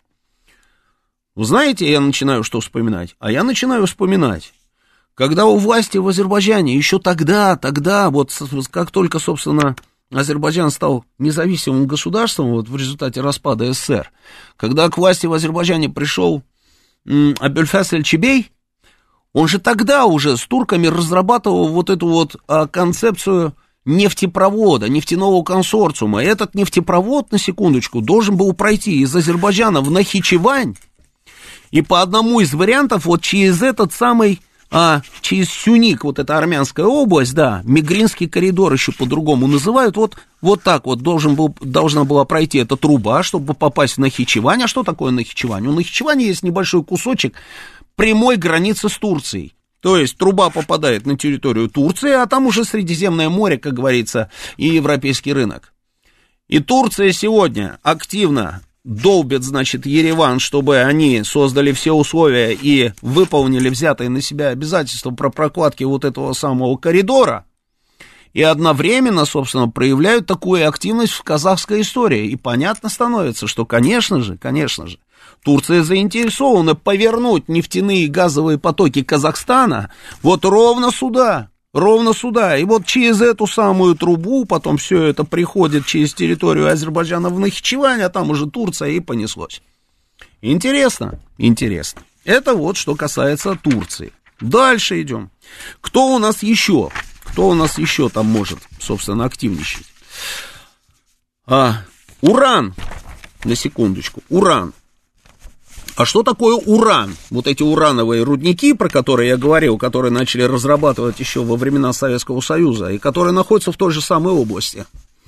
Вы знаете, я начинаю что вспоминать? А я начинаю вспоминать, когда у власти в Азербайджане, еще тогда, тогда, вот как только, собственно, Азербайджан стал независимым государством, вот в результате распада СССР, когда к власти в Азербайджане пришел Абельфес Эль-Чебей, он же тогда уже с турками разрабатывал вот эту вот а, концепцию нефтепровода, нефтяного консорциума. И этот нефтепровод, на секундочку, должен был пройти из Азербайджана в Нахичевань, и по одному из вариантов вот через этот самый, а, через Сюник, вот эта армянская область, да, Мигринский коридор еще по-другому называют, вот, вот так вот должен был, должна была пройти эта труба, чтобы попасть в Нахичевань. А что такое Нахичевань? У Нахичевани есть небольшой кусочек прямой границы с Турцией. То есть труба попадает на территорию Турции, а там уже Средиземное море, как говорится, и европейский рынок. И Турция сегодня активно долбит, значит, Ереван, чтобы они создали все условия и выполнили взятые на себя обязательства про прокладки вот этого самого коридора, и одновременно, собственно, проявляют такую активность в казахской истории. И понятно становится, что, конечно же, конечно же, Турция заинтересована повернуть нефтяные и газовые потоки Казахстана вот ровно сюда, ровно сюда. И вот через эту самую трубу потом все это приходит через территорию Азербайджана в Нахичевань, а там уже Турция, и понеслось. Интересно? Интересно. Это вот что касается Турции. Дальше идем. Кто у нас еще? Кто у нас еще там может, собственно, активничать? А, уран. На секундочку. Уран. А что такое уран? Вот эти урановые рудники, про которые я говорил, которые начали разрабатывать еще во времена Советского Союза, и которые находятся в той же самой области.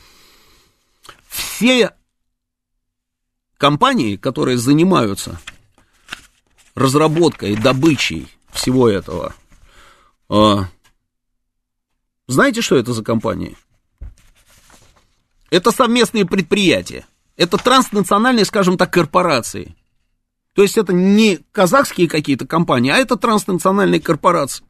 Все компании, которые занимаются разработкой, добычей всего этого, знаете, что это за компании? Это совместные предприятия. Это транснациональные, скажем так, корпорации. То есть это не казахские какие-то компании, а это транснациональные корпорации.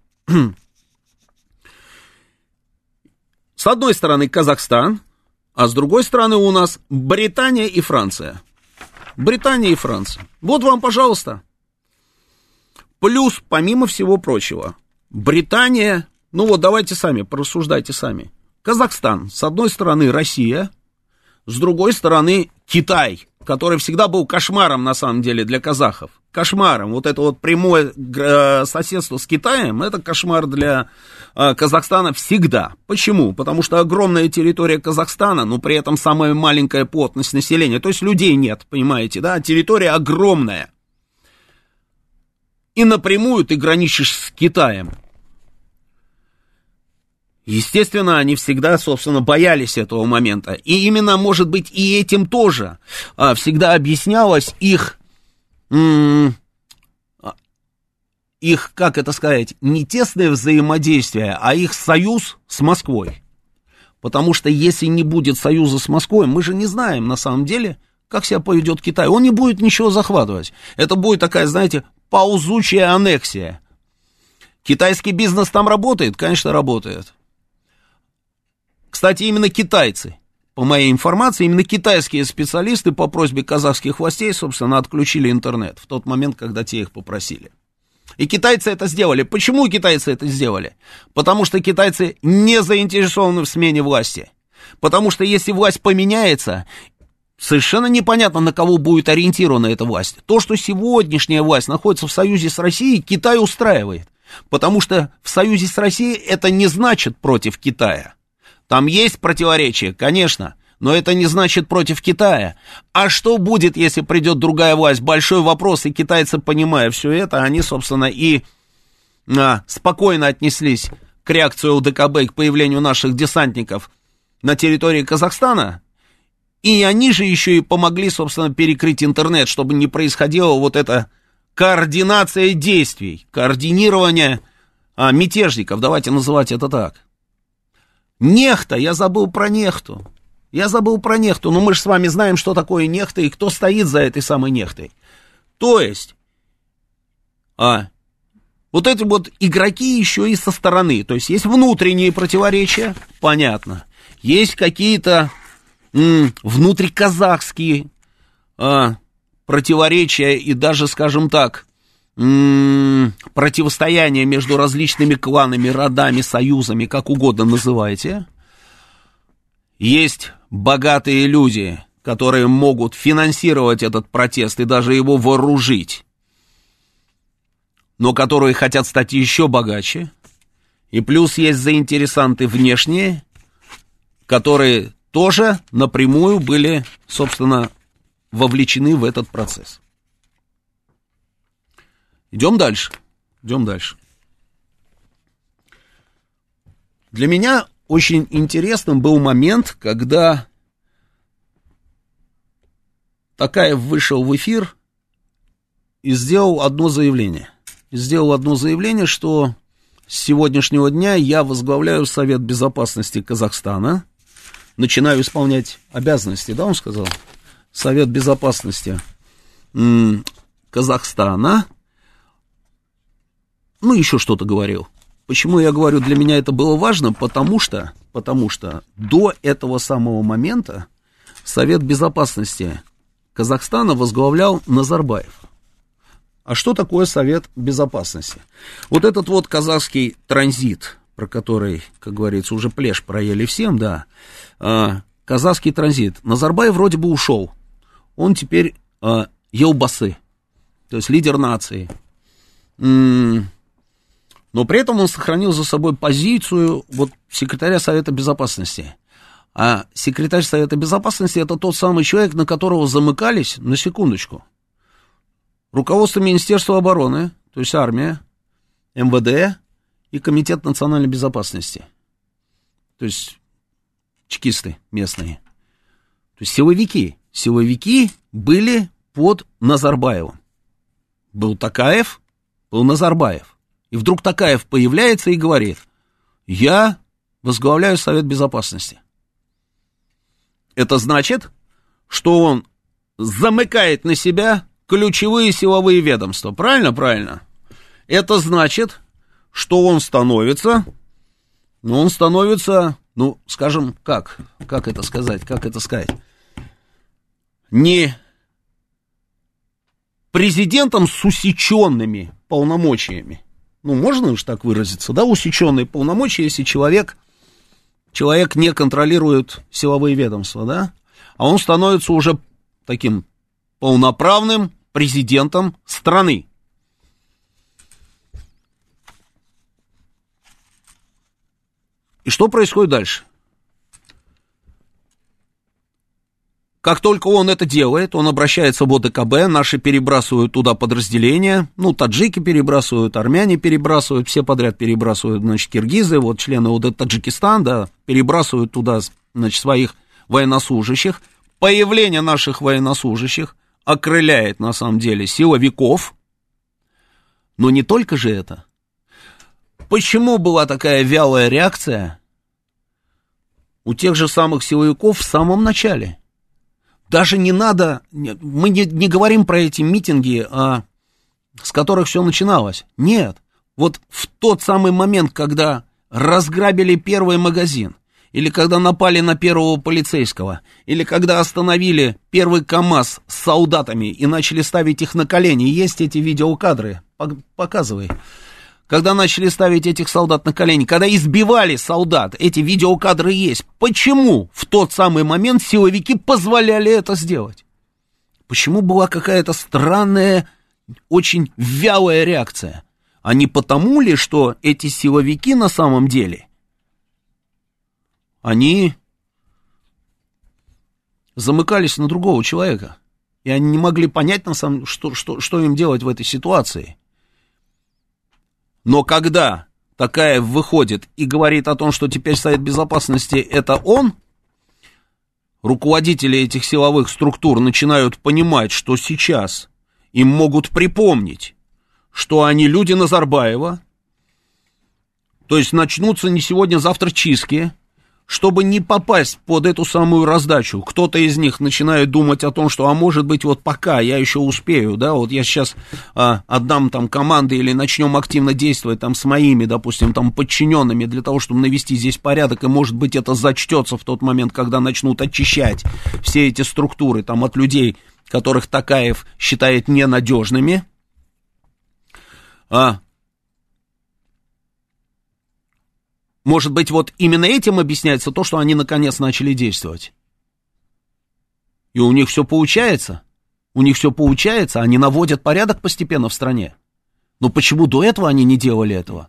С одной стороны Казахстан, а с другой стороны у нас Британия и Франция. Британия и Франция. Вот вам, пожалуйста. Плюс, помимо всего прочего, Британия, ну вот давайте сами, порассуждайте сами. Казахстан, с одной стороны Россия, с другой стороны Китай, который всегда был кошмаром, на самом деле, для казахов. Кошмаром. Вот это вот прямое соседство с Китаем, это кошмар для Казахстана всегда. Почему? Потому что огромная территория Казахстана, но при этом самая маленькая плотность населения. То есть людей нет, понимаете, да? Территория огромная. И напрямую ты граничишь с Китаем. Естественно, они всегда, собственно, боялись этого момента. И именно, может быть, и этим тоже а, всегда объяснялось их, м- их, как это сказать, не тесное взаимодействие, а их союз с Москвой. Потому что если не будет союза с Москвой, мы же не знаем, на самом деле, как себя поведет Китай. Он не будет ничего захватывать. Это будет такая, знаете, ползучая аннексия. Китайский бизнес там работает? Конечно, работает. Кстати, именно китайцы, по моей информации, именно китайские специалисты по просьбе казахских властей, собственно, отключили интернет в тот момент, когда те их попросили. И китайцы это сделали. Почему китайцы это сделали? Потому что китайцы не заинтересованы в смене власти. Потому что если власть поменяется, совершенно непонятно, на кого будет ориентирована эта власть. То, что сегодняшняя власть находится в союзе с Россией, Китай устраивает. Потому что в союзе с Россией это не значит против Китая. Там есть противоречия, конечно, но это не значит против Китая. А что будет, если придет другая власть? Большой вопрос, и китайцы, понимая все это, они, собственно, и а, спокойно отнеслись к реакции ОДКБ и к появлению наших десантников на территории Казахстана. И они же еще и помогли, собственно, перекрыть интернет, чтобы не происходила вот эта координация действий, координирование а, мятежников, давайте называть это так. Нехта, я забыл про нехту. Я забыл про нехту, но мы же с вами знаем, что такое нехта и кто стоит за этой самой нехтой. То есть, а, вот эти вот игроки еще и со стороны. То есть, есть внутренние противоречия, понятно. Есть какие-то м, внутриказахские а, противоречия и даже, скажем так, м, противостояние между различными кланами, родами, союзами, как угодно называйте. Есть богатые люди, которые могут финансировать этот протест и даже его вооружить, но которые хотят стать еще богаче. И плюс есть заинтересанты внешние, которые тоже напрямую были, собственно, вовлечены в этот процесс. Идем дальше. Идем дальше. Для меня очень интересным был момент, когда Токаев вышел в эфир и сделал одно заявление. Сделал одно заявление, что с сегодняшнего дня я возглавляю Совет Безопасности Казахстана, начинаю исполнять обязанности, да, он сказал? Совет Безопасности м- Казахстана. Ну, еще что-то говорил. Почему я говорю, для меня это было важно? Потому что, потому что до этого самого момента Совет Безопасности Казахстана возглавлял Назарбаев. А что такое Совет Безопасности? Вот этот вот казахский транзит, про который, как говорится, уже плешь проели всем, да, а, казахский транзит. Назарбаев вроде бы ушел. Он теперь а, елбасы, то есть лидер нации. М- Но при этом он сохранил за собой позицию вот, секретаря Совета Безопасности. А секретарь Совета Безопасности — это тот самый человек, на которого замыкались, на секундочку, руководство Министерства обороны, то есть армия, эм вэ дэ и Комитет национальной безопасности, то есть чекисты местные, то есть силовики. Силовики были под Назарбаевым. Был Токаев, был Назарбаев. И вдруг Токаев появляется и говорит: я возглавляю Совет Безопасности. Это значит, что он замыкает на себя ключевые силовые ведомства. Правильно? Правильно. Это значит, что он становится, ну, он становится, ну, скажем, как, как это сказать, как это сказать, не президентом с усеченными полномочиями. Ну, можно уж так выразиться, да, усеченные полномочия, если человек, человек не контролирует силовые ведомства, да, а он становится уже таким полноправным президентом страны. И что происходит дальше? Как только он это делает, он обращается в о дэ ка бэ, наши перебрасывают туда подразделения, ну, таджики перебрасывают, армяне перебрасывают, все подряд перебрасывают, значит, киргизы, вот члены о дэ Таджикистан, да, перебрасывают туда, значит, своих военнослужащих. Появление наших военнослужащих окрыляет, на самом деле, силовиков, но не только же это. Почему была такая вялая реакция у тех же самых силовиков в самом начале? Даже не надо, мы не, не говорим про эти митинги, а, с которых все начиналось. Нет, вот в тот самый момент, когда разграбили первый магазин, или когда напали на первого полицейского, или когда остановили первый КАМАЗ с солдатами и начали ставить их на колени, есть эти видеокадры, показывай. Когда начали ставить этих солдат на колени, когда избивали солдат, эти видеокадры есть. Почему в тот самый момент силовики позволяли это сделать? Почему была какая-то странная, очень вялая реакция? А не потому ли, что эти силовики на самом деле, они замыкались на другого человека, и они не могли понять, на самом, что, что, что им делать в этой ситуации? Но когда Токаев выходит и говорит о том, что теперь Совет Безопасности это он, руководители этих силовых структур начинают понимать, что сейчас им могут припомнить, что они люди Назарбаева, то есть начнутся не сегодня, завтра чистки. Чтобы не попасть под эту самую раздачу, кто-то из них начинает думать о том, что, а может быть, вот пока я еще успею, да, вот я сейчас а, отдам там команды или начнем активно действовать там с моими, допустим, там подчиненными для того, чтобы навести здесь порядок, и, может быть, это зачтется в тот момент, когда начнут очищать все эти структуры там от людей, которых Токаев считает ненадежными, а может быть, вот именно этим объясняется то, что они наконец начали действовать. И у них все получается. У них все получается, они наводят порядок постепенно в стране. Но почему до этого они не делали этого?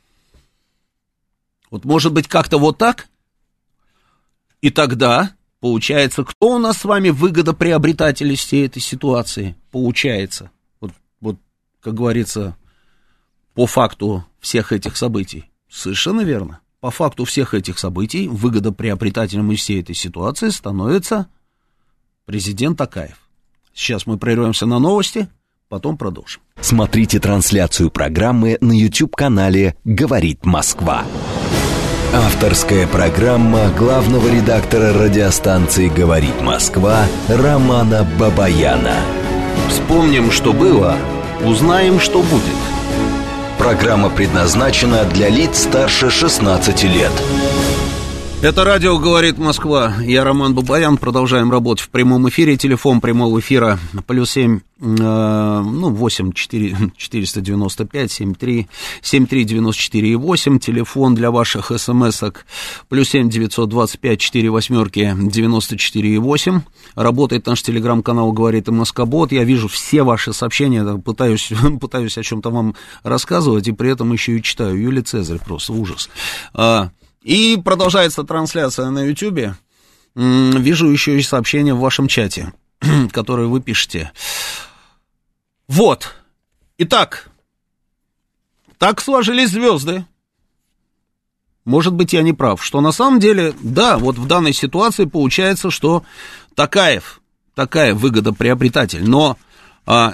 Вот может быть как-то вот так? И тогда, получается, кто у нас с вами выгодоприобретатель из всей этой ситуации? Получается, вот, вот как говорится, по факту всех этих событий. Совершенно верно. По факту всех этих событий выгодоприобретателем из всей этой ситуации становится президент Токаев. Сейчас мы прервемся на новости, потом продолжим. Смотрите трансляцию программы на YouTube-канале «Говорит Москва». Авторская программа главного редактора радиостанции «Говорит Москва» Романа Бабаяна. Вспомним, что было, узнаем, что будет. Программа предназначена для лиц старше шестнадцати лет. Это радио «Говорит Москва». Я Роман Бабаян. Продолжаем работать в прямом эфире. Телефон прямого эфира плюс семь, э, ну, восемь четыреста девяносто пять семь три семь три девяносто четыре восемь. Телефон для ваших смс-ок плюс семь девятьсот двадцать пять четыре восьмерки девяносто четыре восемь. Работает наш телеграм-канал «Говорит Москобот». Я вижу все ваши сообщения, пытаюсь, пытаюсь о чем-то вам рассказывать, и при этом еще и читаю. Юлий Цезарь, просто ужас. И продолжается трансляция на Ютьюбе. Вижу еще и сообщения в вашем чате, которые вы пишете. Вот. Итак, так сложились звезды. Может быть, я не прав, что на самом деле, да, вот в данной ситуации получается, что Токаев, Токаев выгодоприобретатель, но а,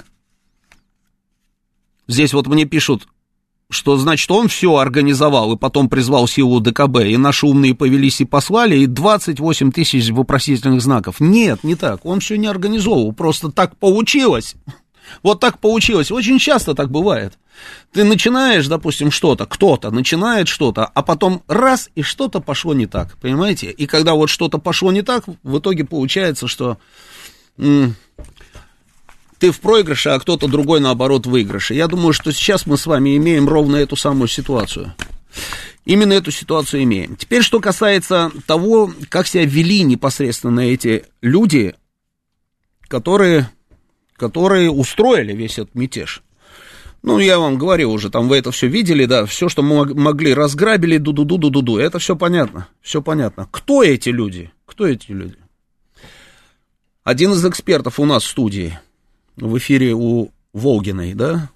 здесь вот мне пишут, что, значит, он все организовал и потом призвал силу ДКБ, и наши умные повелись и послали, и двадцать восемь тысяч вопросительных знаков. Нет, не так, он все не организовал, просто так получилось. Вот так получилось. Очень часто так бывает. Ты начинаешь, допустим, что-то, кто-то начинает что-то, а потом раз, и что-то пошло не так, понимаете? И когда вот что-то пошло не так, в итоге получается, что м- ты в проигрыше, а кто-то другой, наоборот, в выигрыше. Я думаю, что сейчас мы с вами имеем ровно эту самую ситуацию. Именно эту ситуацию имеем. Теперь, что касается того, как себя вели непосредственно эти люди, которые... которые устроили весь этот мятеж. Ну, я вам говорил уже, там вы это все видели, да, все, что могли, разграбили, ду-ду-ду-ду-ду, это все понятно, все понятно. Кто эти люди? Кто эти люди? Один из экспертов у нас в студии, в эфире у Волгиной, да,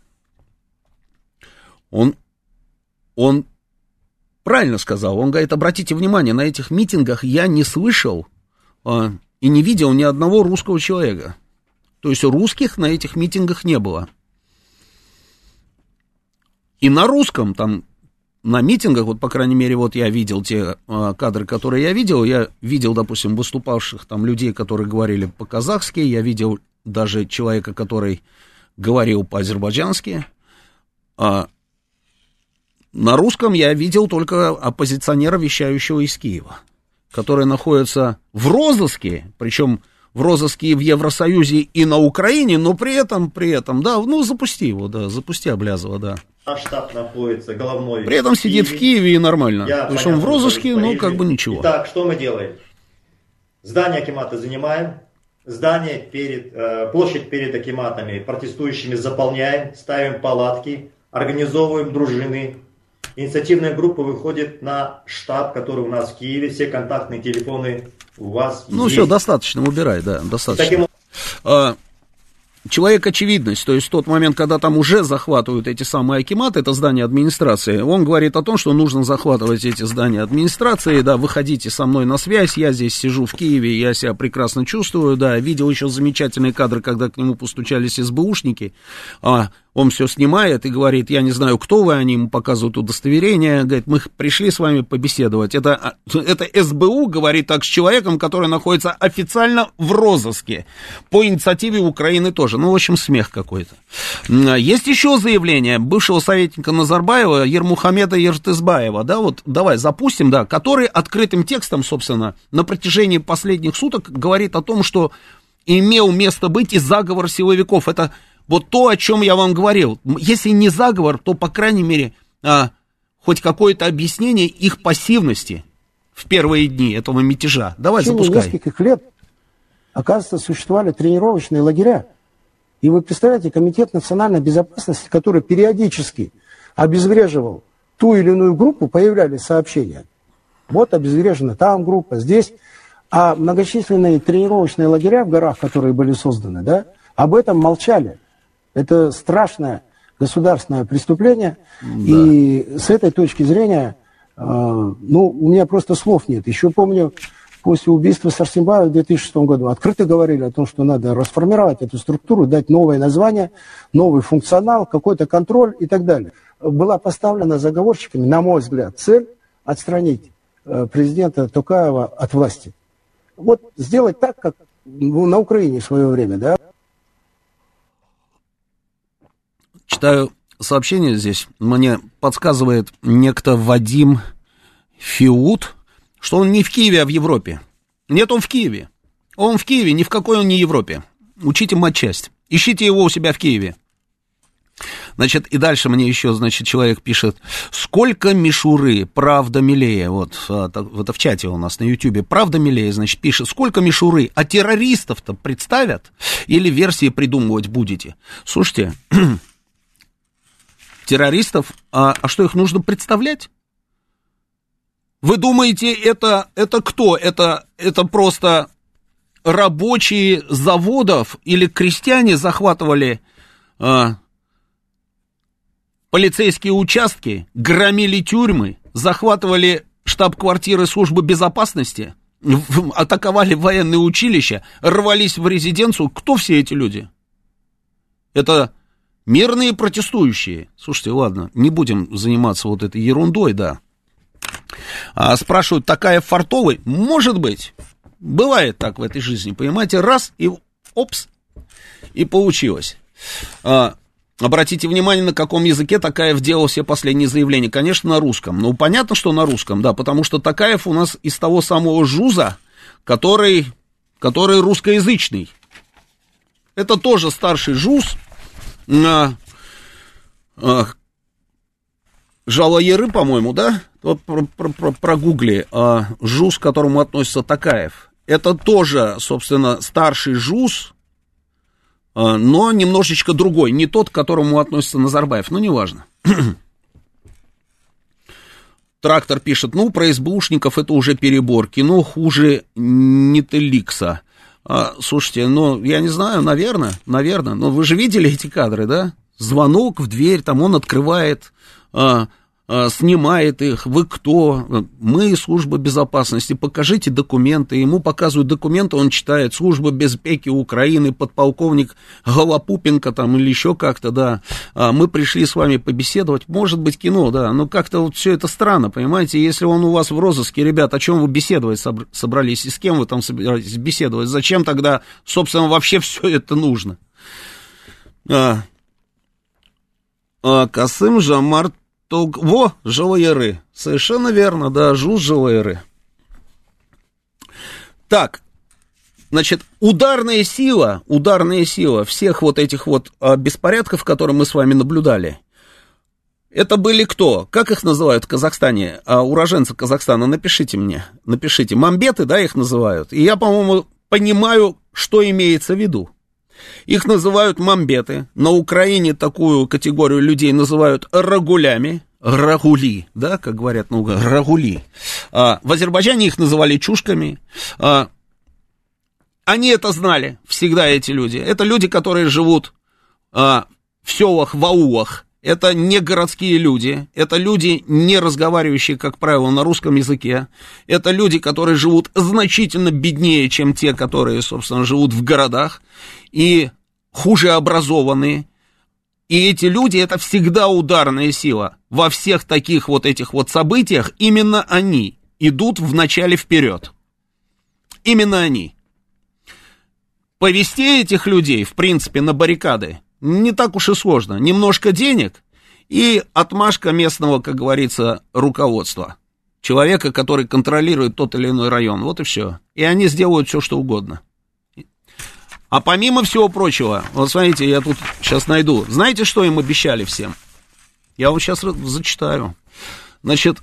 он, он правильно сказал, он говорит, обратите внимание, на этих митингах я не слышал а, и не видел ни одного русского человека. То есть русских на этих митингах не было. И на русском там, на митингах, вот, по крайней мере, вот я видел те а, кадры, которые я видел, я видел, допустим, выступавших там людей, которые говорили по-казахски, я видел даже человека, который говорил по-азербайджански. А на русском я видел только оппозиционера, вещающего из Киева, который находится в розыске, причем в розыске и в Евросоюзе, и на Украине, но при этом, при этом, да, ну, запусти его, да, запусти Аблязова, да. Наш штаб находится головной. При этом сидит в Киеве и нормально. Я, то есть он в розыске, ну, как бы ничего. Итак, что мы делаем? Здание акимата занимаем, здание перед, э, площадь перед акиматами протестующими заполняем, ставим палатки, организовываем дружины. Инициативная группа выходит на штаб, который у нас в Киеве, все контактные телефоны у вас ну, есть. все, достаточно, убирай, да, достаточно. Таким... А, человек очевидность, то есть в тот момент, когда там уже захватывают эти самые акиматы, это здание администрации, он говорит о том, что нужно захватывать эти здания администрации, да, выходите со мной на связь, я здесь сижу в Киеве, я себя прекрасно чувствую, да, видел еще замечательные кадры, когда к нему постучались эсбэушники, а, он все снимает и говорит, я не знаю, кто вы, они ему показывают удостоверение, говорит, мы пришли с вами побеседовать. Это, это СБУ говорит так с человеком, который находится официально в розыске, по инициативе Украины тоже. Ну, в общем, смех какой-то. Есть еще заявление бывшего советника Назарбаева, Ермухамеда Ертызбаева, да, вот давай запустим, да, который открытым текстом, собственно, на протяжении последних суток говорит о том, что имел место быть и заговор силовиков. Это вот то, о чем я вам говорил. Если не заговор, то, по крайней мере, а, хоть какое-то объяснение их пассивности в первые дни этого мятежа. Давай, запускай. В течение нескольких лет, оказывается, существовали тренировочные лагеря. И вы представляете, Комитет национальной безопасности, который периодически обезвреживал ту или иную группу, появлялись сообщения. Вот обезврежена там группа, здесь. А многочисленные тренировочные лагеря в горах, которые были созданы, да, об этом молчали. Это страшное государственное преступление, да. И с этой точки зрения, э, ну, у меня просто слов нет. Еще помню, после убийства Сарсембаева в две тысячи шестом году открыто говорили о том, что надо расформировать эту структуру, дать новое название, новый функционал, какой-то контроль и так далее. Была поставлена заговорщиками, на мой взгляд, цель отстранить э, президента Токаева от власти. Вот сделать так, как ну, на Украине в свое время, да. Читаю сообщение здесь, мне подсказывает некто Вадим Фиут, что он не в Киеве, а в Европе. Нет, он в Киеве. Он в Киеве, ни в какой он не Европе. Учите матчасть. Ищите его у себя в Киеве. Значит, и дальше мне еще, значит, человек пишет, сколько мишуры, правда милее, вот это в чате у нас на Ютьюбе, правда милее, значит, пишет, сколько мишуры, а террористов-то представят или версии придумывать будете? Слушайте, террористов, а, а что их нужно представлять? Вы думаете, это, это кто? Это, это просто рабочие заводов или крестьяне захватывали а, полицейские участки, громили тюрьмы, захватывали штаб-квартиры службы безопасности, в, атаковали военные училища, рвались в резиденцию. Кто все эти люди? Это мирные протестующие. Слушайте, ладно, не будем заниматься вот этой ерундой, да. А, спрашивают, такая фартовый? Может быть. Бывает так в этой жизни, понимаете? Раз, и опс, и получилось. А, обратите внимание, на каком языке Такаев делал все последние заявления. Конечно, на русском. Ну, понятно, что на русском, да, потому что Такаев у нас из того самого ЖУЗа, который, который русскоязычный. Это тоже старший ЖУЗ. А, а, Жалоеры, по-моему, да? Вот прогугли а, ЖУЗ, к которому относится Такаев. Это тоже, собственно, старший ЖУЗ, а, но немножечко другой. Не тот, к которому относится Назарбаев, но неважно. Трактор пишет, ну, про СБУшников это уже переборки, но хуже Нетеликса. А, слушайте, ну, я не знаю, наверное, наверное, но вы же видели эти кадры, да? Звонок в дверь, там он открывает, а, а, снимает их, вы кто? Мы, служба безопасности, покажите документы, ему показывают документы, он читает, служба безпеки Украины, подполковник Голопупенко там или еще как-то, да, а, мы пришли с вами побеседовать, может быть кино, да, но как-то вот все это странно, понимаете, если он у вас в розыске, ребят, о чем вы беседовать собрались, и с кем вы там собираетесь беседовать, зачем тогда, собственно, вообще все это нужно? А, а, Касым Жамар Тог... Во, Жалоеры, совершенно верно, да, ЖУЗ Жалоеры. Так, значит, ударная сила, ударная сила всех вот этих вот а, беспорядков, которые мы с вами наблюдали, это были кто? Как их называют в Казахстане? А, уроженцы Казахстана, напишите мне, напишите. Мамбеты, да, их называют. И я, по-моему, понимаю, что имеется в виду. Их называют мамбеты. На Украине такую категорию людей называют рагулями. Рагули, да, как говорят, ну, рагули. А, в Азербайджане их называли чушками. А, они это знали, всегда эти люди. Это люди, которые живут а, в селах, в аулах. Это не городские люди, это люди, не разговаривающие, как правило, на русском языке. Это люди, которые живут значительно беднее, чем те, которые, собственно, живут в городах, и хуже образованные. И эти люди, это всегда ударная сила. Во всех таких вот этих вот событиях именно они идут вначале вперед. Именно они. Повести этих людей, в принципе, на баррикады не так уж и сложно. Немножко денег и отмашка местного, как говорится, руководства. Человека, который контролирует тот или иной район. Вот и все. И они сделают все, что угодно. А помимо всего прочего, вот смотрите, я тут сейчас найду. Знаете, что им обещали всем? Я вам сейчас зачитаю. Значит,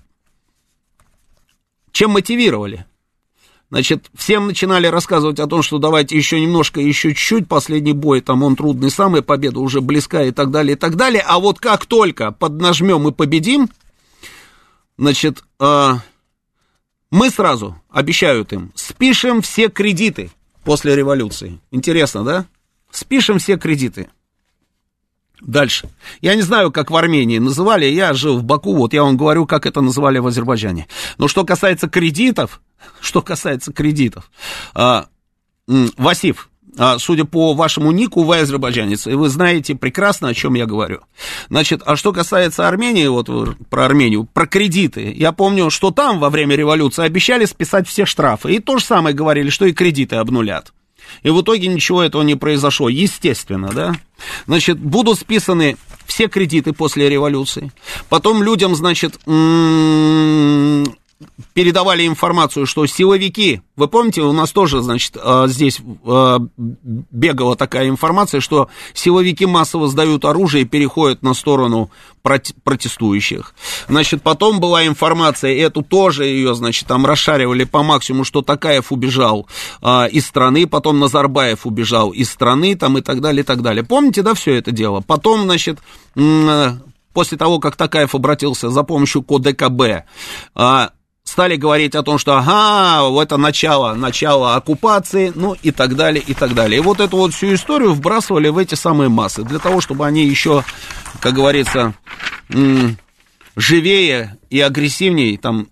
чем мотивировали? Значит, всем начинали рассказывать о том, что давайте еще немножко, еще чуть-чуть, последний бой, там он трудный самый, победа уже близка и так далее, и так далее. А вот как только поднажмем и победим, значит, э, мы сразу, обещают им, спишем все кредиты после революции. Интересно, да? Спишем все кредиты. Дальше. Я не знаю, как в Армении называли, я жил в Баку, вот я вам говорю, как это называли в Азербайджане. Но что касается кредитов, что касается кредитов, а, Васиф, а, судя по вашему нику, вы азербайджанец, и вы знаете прекрасно, о чем я говорю. Значит, а что касается Армении, вот про Армению, про кредиты, я помню, что там во время революции обещали списать все штрафы, и то же самое говорили, что и кредиты обнулят. И в итоге ничего этого не произошло, естественно, да. Значит, будут списаны все кредиты после революции. Потом людям, значит, м- передавали информацию, что силовики, вы помните, у нас тоже, значит, здесь бегала такая информация, что силовики массово сдают оружие и переходят на сторону протестующих. Значит, потом была информация, эту тоже ее, значит, там расшаривали по максимуму, что Такаев убежал из страны, потом Назарбаев убежал из страны, там и так далее, и так далее. Помните, да, все это дело? Потом, значит, после того, как Такаев обратился за помощью к ОДКБ, стали говорить о том, что ага, это начало, начало оккупации, ну и так далее, и так далее. И вот эту вот всю историю вбрасывали в эти самые массы, для того, чтобы они еще, как говорится, м- живее и агрессивнее там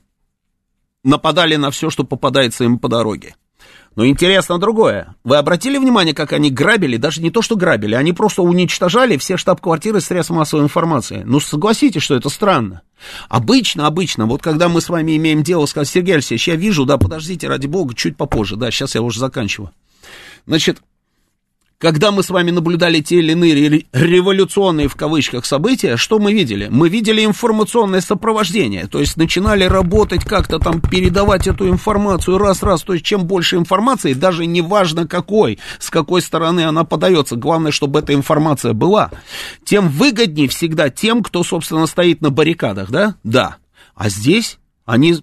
нападали на все, что попадается им по дороге. Но интересно другое. Вы обратили внимание, как они грабили, даже не то, что грабили, они просто уничтожали все штаб-квартиры средств массовой информации. Ну, согласитесь, что это странно. Обычно, обычно, вот когда мы с вами имеем дело, сказать, Сергей Алексеевич, я вижу, да, подождите, ради бога, чуть попозже, да, сейчас я уже заканчиваю. Значит, когда мы с вами наблюдали те или иные революционные, в кавычках, события, что мы видели? Мы видели информационное сопровождение, то есть начинали работать как-то там, передавать эту информацию раз-раз, то есть чем больше информации, даже не важно какой, с какой стороны она подается, главное, чтобы эта информация была, тем выгоднее всегда тем, кто, собственно, стоит на баррикадах, да? Да. А здесь они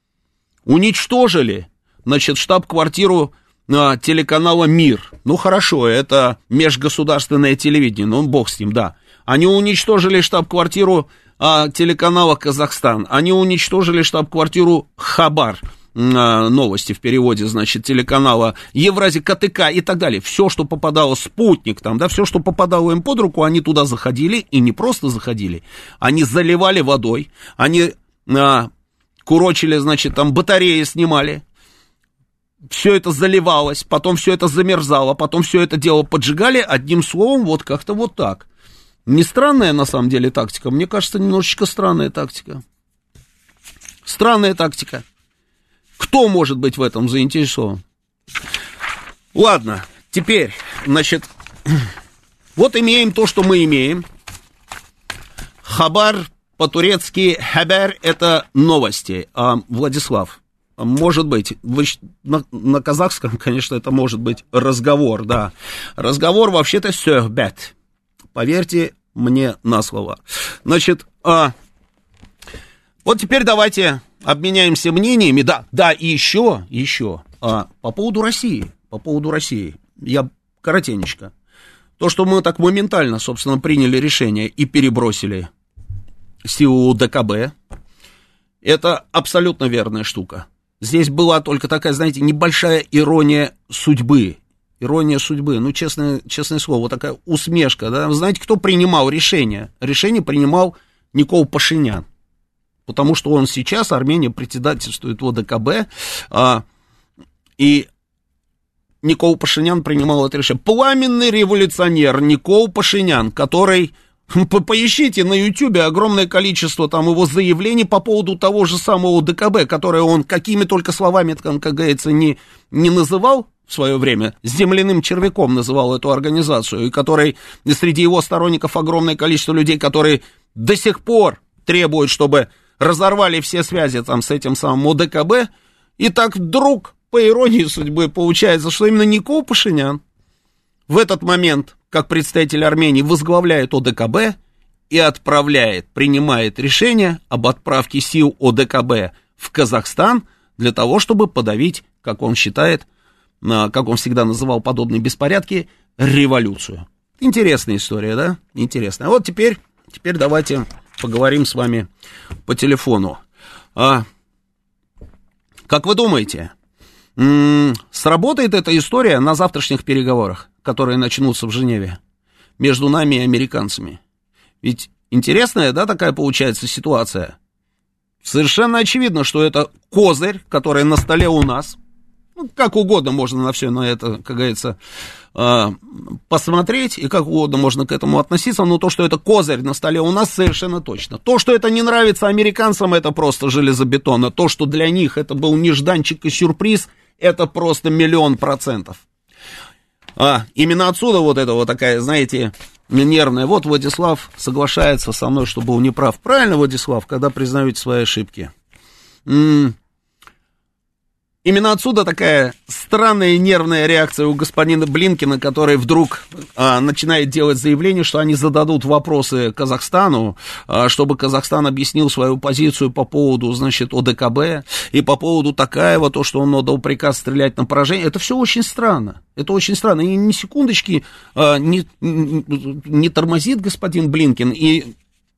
уничтожили, значит, штаб-квартиру телеканала «Мир». Ну, хорошо, это межгосударственное телевидение, ну, бог с ним, да. Они уничтожили штаб-квартиру а, телеканала «Казахстан». Они уничтожили штаб-квартиру «Хабар», а, новости в переводе, значит, телеканала «Евразия», ка тэ ка и так далее. Все, что попадало, «Спутник», там, да, все, что попадало им под руку, они туда заходили, и не просто заходили, они заливали водой, они а, курочили, значит, там, батареи снимали. Все это заливалось, потом все это замерзало, потом все это дело поджигали, одним словом, вот как-то вот так. Не странная, на самом деле, тактика, мне кажется, немножечко странная тактика. Странная тактика. Кто может быть в этом заинтересован? Ладно, теперь, значит, вот имеем то, что мы имеем. Хабар, по-турецки хабар, это новости. А, Владислав, может быть, вы, на, на казахском, конечно, это может быть разговор, да. Разговор вообще-то сөхбет. Поверьте мне на слово. Значит, а, вот теперь давайте обменяемся мнениями. Да, да, и еще, еще, а, по поводу России, по поводу России. Я коротенечко. То, что мы так моментально, собственно, приняли решение и перебросили силу дэ ка бэ, это абсолютно верная штука. Здесь была только такая, знаете, небольшая ирония судьбы. Ирония судьбы, ну, честное, честное слово, такая усмешка, да. Вы знаете, кто принимал решение? Решение принимал Никол Пашинян. Потому что он сейчас, Армения председательствует в о дэ ка бэ, а, и Никол Пашинян принимал это решение. Пламенный революционер Никол Пашинян, который... Поищите на Ютьюбе огромное количество там его заявлений по поводу того же самого дэ ка бэ, которое он какими только словами, как говорится, не, не называл в свое время, земляным червяком называл эту организацию, и который среди его сторонников огромное количество людей, которые до сих пор требуют, чтобы разорвали все связи там с этим самым о дэ ка бэ, и так вдруг, по иронии судьбы, получается, что именно Никол Пашинян в этот момент, как представитель Армении, возглавляет о дэ ка бэ и отправляет, принимает решение об отправке сил о дэ ка бэ в Казахстан для того, чтобы подавить, как он считает, как он всегда называл подобные беспорядки, революцию. Интересная история, да? Интересная. А вот теперь, теперь давайте поговорим с вами по телефону. А, как вы думаете, м- сработает эта история на завтрашних переговорах, которые начнутся в Женеве, между нами и американцами? Ведь интересная, да, такая получается ситуация. Совершенно очевидно, что это козырь, который на столе у нас. Ну, как угодно можно на все на это, как говорится, посмотреть, и как угодно можно к этому относиться, но то, что это козырь на столе у нас, совершенно точно. То, что это не нравится американцам, это просто железобетонно. То, что для них это был нежданчик и сюрприз, это просто миллион процентов. А, именно отсюда вот это вот такая, знаете, нервная. Вот Владислав соглашается со мной, что был неправ. Правильно, Владислав, когда признаете свои ошибки? М-м- Именно отсюда такая странная нервная реакция у господина Блинкена, который вдруг а, начинает делать заявление, что они зададут вопросы Казахстану, а, чтобы Казахстан объяснил свою позицию по поводу, значит, о дэ ка бэ и по поводу Токаева, то, что он отдал приказ стрелять на поражение. Это все очень странно. Это очень странно. И ни секундочки а, не, не тормозит господин Блинкен и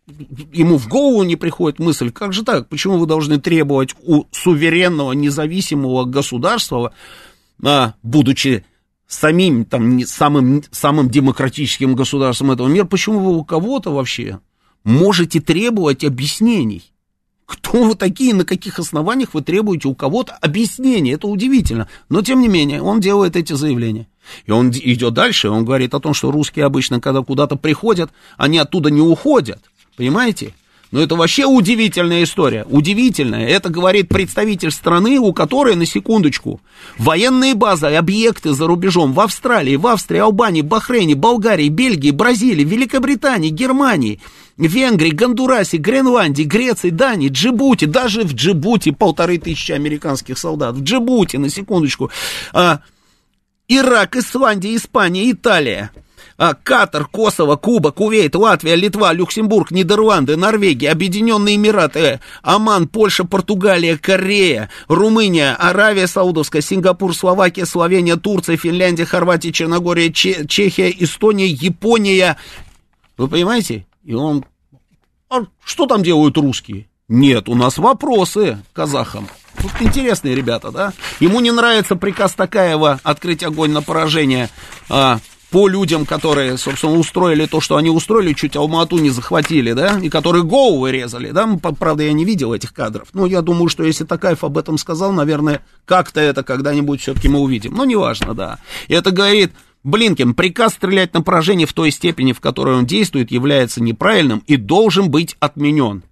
ему в голову не приходит мысль, как же так, почему вы должны требовать у суверенного, независимого государства, а, будучи самим, там, самым, самым демократическим государством этого мира, почему вы у кого-то вообще можете требовать объяснений? Кто вы такие, на каких основаниях вы требуете у кого-то объяснений? Это удивительно. Но, тем не менее, он делает эти заявления. И он идет дальше, он говорит о том, что русские обычно, когда куда-то приходят, они оттуда не уходят. Понимаете? Но это вообще удивительная история. Удивительная. Это говорит представитель страны, у которой, на секундочку, военные базы, объекты за рубежом в Австралии, в Австрии, Албании, Бахрейне, Болгарии, Бельгии, Бразилии, Великобритании, Германии, Венгрии, Гондурасе, Гренландии, Греции, Дании, Джибути. Даже в Джибути полторы тысячи американских солдат. В Джибути, на секундочку. А, Ирак, Исландия, Испания, Италия. А, Катар, Косово, Куба, Кувейт, Латвия, Литва, Люксембург, Нидерланды, Норвегия, Объединенные Эмираты, Оман, Польша, Португалия, Корея, Румыния, Аравия Саудовская, Сингапур, Словакия, Словения, Турция, Финляндия, Хорватия, Черногория, Че- Чехия, Эстония, Япония. Вы понимаете? И он... А что там делают русские? Нет, у нас вопросы к казахам. Вот интересные ребята, да? Ему не нравится приказ Токаева открыть огонь на поражение а, по людям, которые, собственно, устроили то, что они устроили, чуть Алма-Ату не захватили, да, и которые головы резали, да, правда, я не видел этих кадров, но я думаю, что если Токаев об этом сказал, наверное, как-то это когда-нибудь все-таки мы увидим, но неважно, да, и это говорит Блинкен, приказ стрелять на поражение в той степени, в которой он действует, является неправильным и должен быть отменен.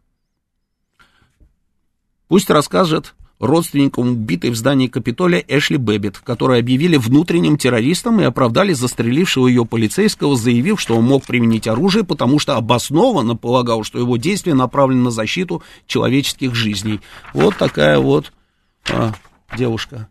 Пусть расскажет родственникам убитой в здании Капитолия Эшли Бэббит, которые объявили внутренним террористом и оправдали застрелившего ее полицейского, заявив, что он мог применить оружие, потому что обоснованно полагал, что его действия направлены на защиту человеческих жизней. Вот такая вот а, девушка.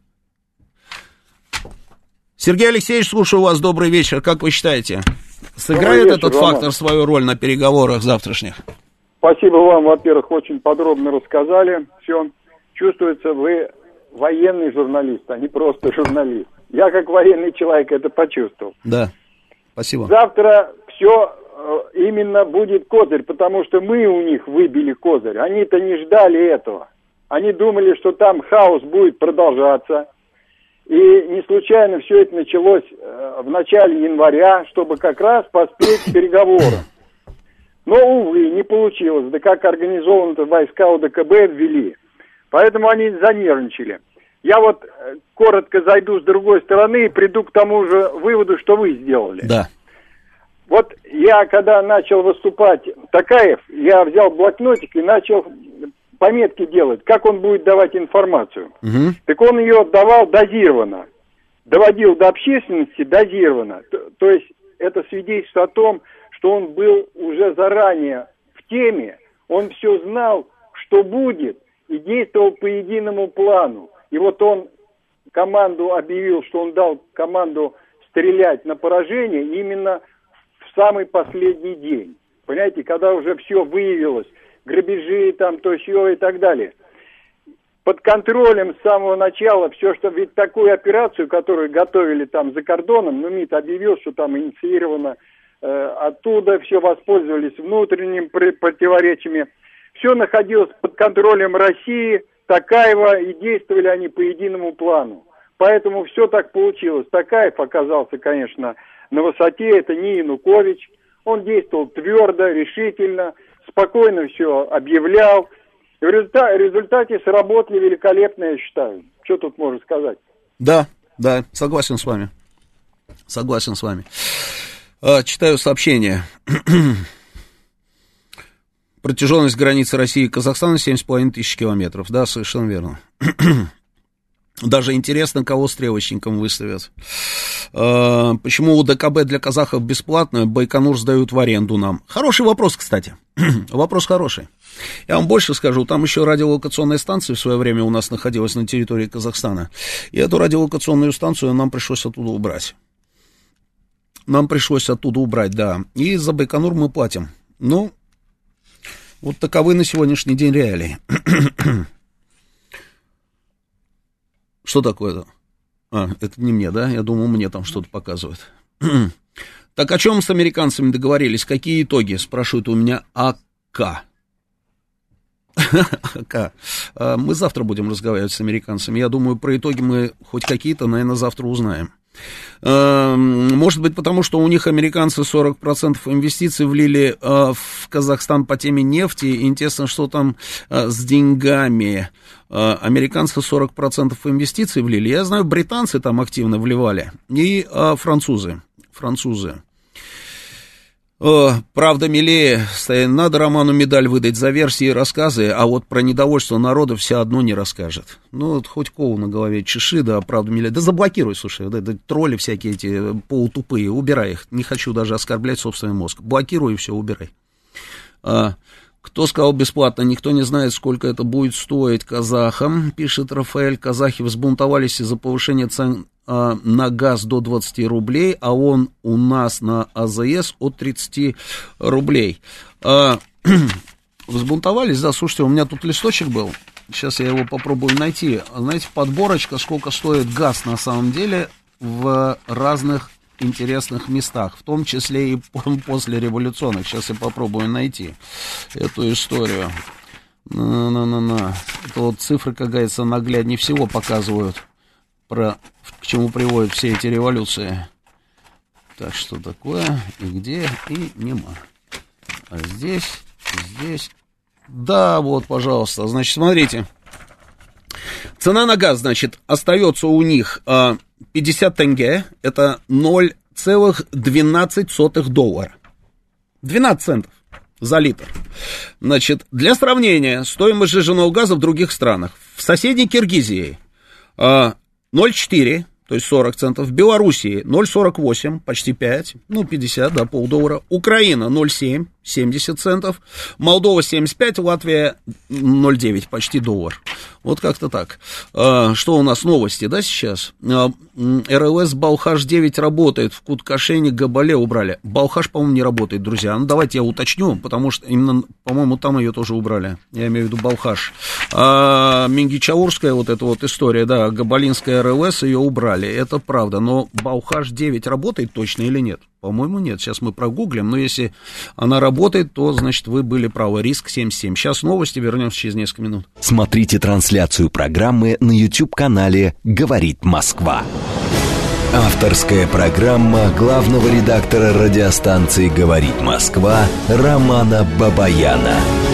Сергей Алексеевич, слушаю вас, добрый вечер. Как вы считаете, сыграет вечер, этот Роман. фактор свою роль на переговорах завтрашних? Спасибо вам, во-первых, очень подробно рассказали все. Чувствуется, вы военный журналист, а не просто журналист. Я как военный человек это почувствовал. Да, спасибо. Завтра все именно будет козырь, потому что мы у них выбили козырь. Они-то не ждали этого. Они думали, что там хаос будет продолжаться. И не случайно все это началось в начале января, чтобы как раз поспеть к переговорам. Но, увы, не получилось. Да как организованно-то войска ОДКБ ввели. Поэтому они занервничали. Я вот коротко зайду с другой стороны и приду к тому же выводу, что вы сделали. Да. Вот я, когда начал выступать Токаев, я взял блокнотик и начал пометки делать, как он будет давать информацию. Угу. Так он ее давал дозированно. Доводил до общественности дозированно. То, то есть это свидетельство о том, что он был уже заранее в теме, он все знал, что будет, и действовал по единому плану. И вот он команду объявил, что он дал команду стрелять на поражение именно в самый последний день. Понимаете, когда уже все выявилось, грабежи там, то сё и так далее. Под контролем с самого начала все, что ведь такую операцию, которую готовили там за кордоном, ну МИД объявил, что там инициировано э, оттуда, все воспользовались внутренними противоречиями. Все находилось под контролем России, Токаева, и действовали они по единому плану. Поэтому все так получилось. Токаев оказался, конечно, на высоте, это не Янукович. Он действовал твердо, решительно, спокойно все объявлял. И в результате, в результате сработали великолепно, я считаю. Что тут можно сказать? Да, да, согласен с вами. Согласен с вами. Читаю сообщение. Протяженность границы России и Казахстана семь с половиной тысяч километров. Да, совершенно верно. Даже интересно, кого стрелочником выставят. Э, почему УДКБ для казахов бесплатно, Байконур сдают в аренду нам? Хороший вопрос, кстати. Вопрос хороший. Я вам больше скажу, там еще радиолокационная станция в свое время у нас находилась на территории Казахстана. И эту радиолокационную станцию нам пришлось оттуда убрать. Нам пришлось оттуда убрать, да. И за Байконур мы платим. Ну, вот таковы на сегодняшний день реалии. Что такое-то? А, это не мне, да? Я думал, мне там что-то показывают. Так о чем с американцами договорились? Какие итоги? Спрашивают у меня. А К. К. Мы завтра будем разговаривать с американцами. Я думаю, про итоги мы хоть какие-то, наверное, завтра узнаем. Может быть, потому что у них американцы сорок процентов инвестиций влили в Казахстан по теме нефти. Интересно, что там с деньгами. Американцы сорок процентов инвестиций влили. Я знаю, британцы там активно вливали. И французы. Французы. О, правда милее, надо Роману медаль выдать за версии и рассказы, а вот про недовольство народа все одно не расскажет. Ну, вот хоть кову на голове чеши, да, правда милее. Да заблокируй, слушай, да, да, тролли всякие эти полутупые, убирай их. Не хочу даже оскорблять собственный мозг. Блокируй и все, убирай. А, кто сказал бесплатно? Никто не знает, сколько это будет стоить казахам, пишет Рафаэль. Казахи взбунтовались из-за повышения цен на газ до двадцати рублей, а он у нас на АЗС от тридцати рублей. А, взбунтовались, да, слушайте, у меня тут листочек был, сейчас я его попробую найти. Знаете, подборочка, сколько стоит газ на самом деле в разных интересных местах, в том числе и после революционных. Сейчас я попробую найти эту историю. На-на-на-на. Это вот цифры, как говорится, нагляднее всего показывают, про, к чему приводят все эти революции. Так, что такое, и где, и нема. А здесь, здесь. Да, вот, пожалуйста. Значит, смотрите. Цена на газ, значит, остается у них а, пятьдесят тенге. Это ноль целых двенадцать сотых доллара. двенадцать центов за литр. Значит, для сравнения, стоимость сжиженного газа в других странах. В соседней Киргизии а, ноль целых четыре, то есть сорок центов. В Белоруссии ноль целых сорок восемь, почти пять, ну пятьдесят, да, полдоллара. Украина ноль целых семь, семьдесят центов. Молдова семьдесят пять, Латвия ноль целых девять, почти доллар. Вот как-то так. А, что у нас новости, да, сейчас? А, РЛС Балхаш девять работает, в Куткашене Габале убрали. Балхаш, по-моему, не работает, друзья. Ну, давайте я уточню, потому что именно, по-моему, там ее тоже убрали. Я имею в виду Балхаш. А, Мингичаурская вот эта вот история, да, Габалинская РЛС, ее убрали. Это правда, но Балхаш девять работает точно или нет? По-моему, нет. Сейчас мы прогуглим, но если она работает, то, значит, вы были правы. Риск семьдесят семь. Сейчас новости, вернемся через несколько минут. Смотрите трансляцию программы на YouTube-канале «Говорит Москва». Авторская программа главного редактора радиостанции «Говорит Москва» Романа Бабаяна.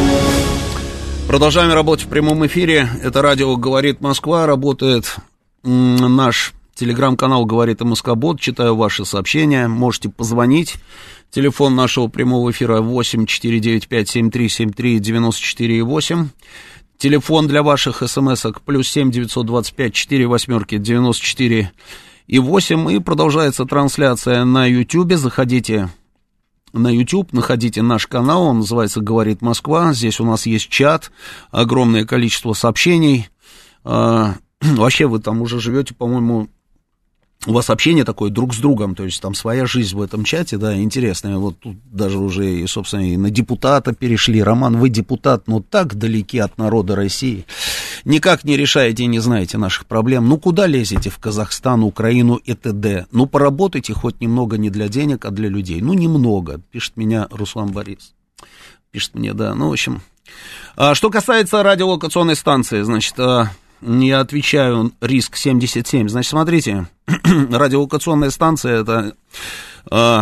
Продолжаем работать в прямом эфире. Это радио «Говорит Москва». Работает м- наш телеграм-канал «Говорит МСК-бот». Читаю ваши сообщения. Можете позвонить. Телефон нашего прямого эфира восемь четыре девять пять семь три семь три девять четыре восемь. Телефон для ваших смс-ок плюс семь девятьсот двадцать пять четыре восьмерки девяносто четыре и восемь. И продолжается трансляция на Ютьюбе. Заходите на YouTube, находите наш канал, он называется «Говорит Москва». Здесь у нас есть чат, огромное количество сообщений. Вообще вы там уже живете, по-моему, у вас общение такое друг с другом, то есть там своя жизнь в этом чате, да, интересная. Вот тут даже уже, и, собственно, и на депутата перешли. Роман, вы депутат, но так далеки от народа России. Никак не решаете и не знаете наших проблем. Ну, куда лезете? В Казахстан, Украину и т.д. Ну, поработайте хоть немного не для денег, а для людей. Ну, немного, пишет меня Руслан Борис. Пишет мне, да, ну, в общем. А, что касается радиолокационной станции, значит... Я отвечаю, риск семьдесят семь. Значит, смотрите, радиолокационная станция, это э,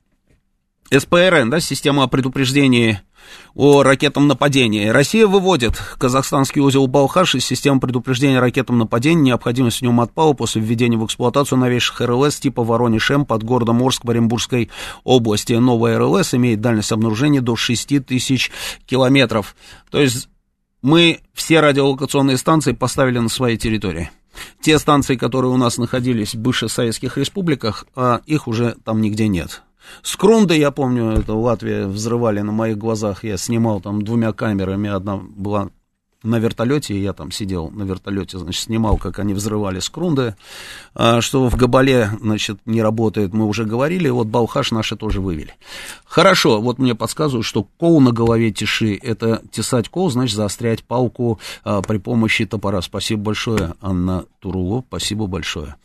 эс пэ эр эн, да, система предупреждения о ракетном нападении. Россия выводит казахстанский узел Балхаш из системы предупреждения о ракетном нападении. Необходимость в нем отпала после введения в эксплуатацию новейших эр эл эс типа Воронеж-М под городом Орск в Оренбургской области. Новая эр эл эс имеет дальность обнаружения до шесть тысяч километров. То есть... Мы все радиолокационные станции поставили на своей территории. Те станции, которые у нас находились в бывших советских республиках, а их уже там нигде нет. Скрунды, я помню, это в Латвии взрывали на моих глазах. Я снимал там двумя камерами. Одна была на вертолете, и я там сидел на вертолете, значит, снимал, как они взрывали Скрунды. А что в Габале, значит, не работает, мы уже говорили. Вот Балхаш наши тоже вывели. Хорошо, вот мне подсказывают, что кол на голове тиши, это тесать кол, значит, заострять палку а, при помощи топора. Спасибо большое, Анна Туруло, спасибо большое.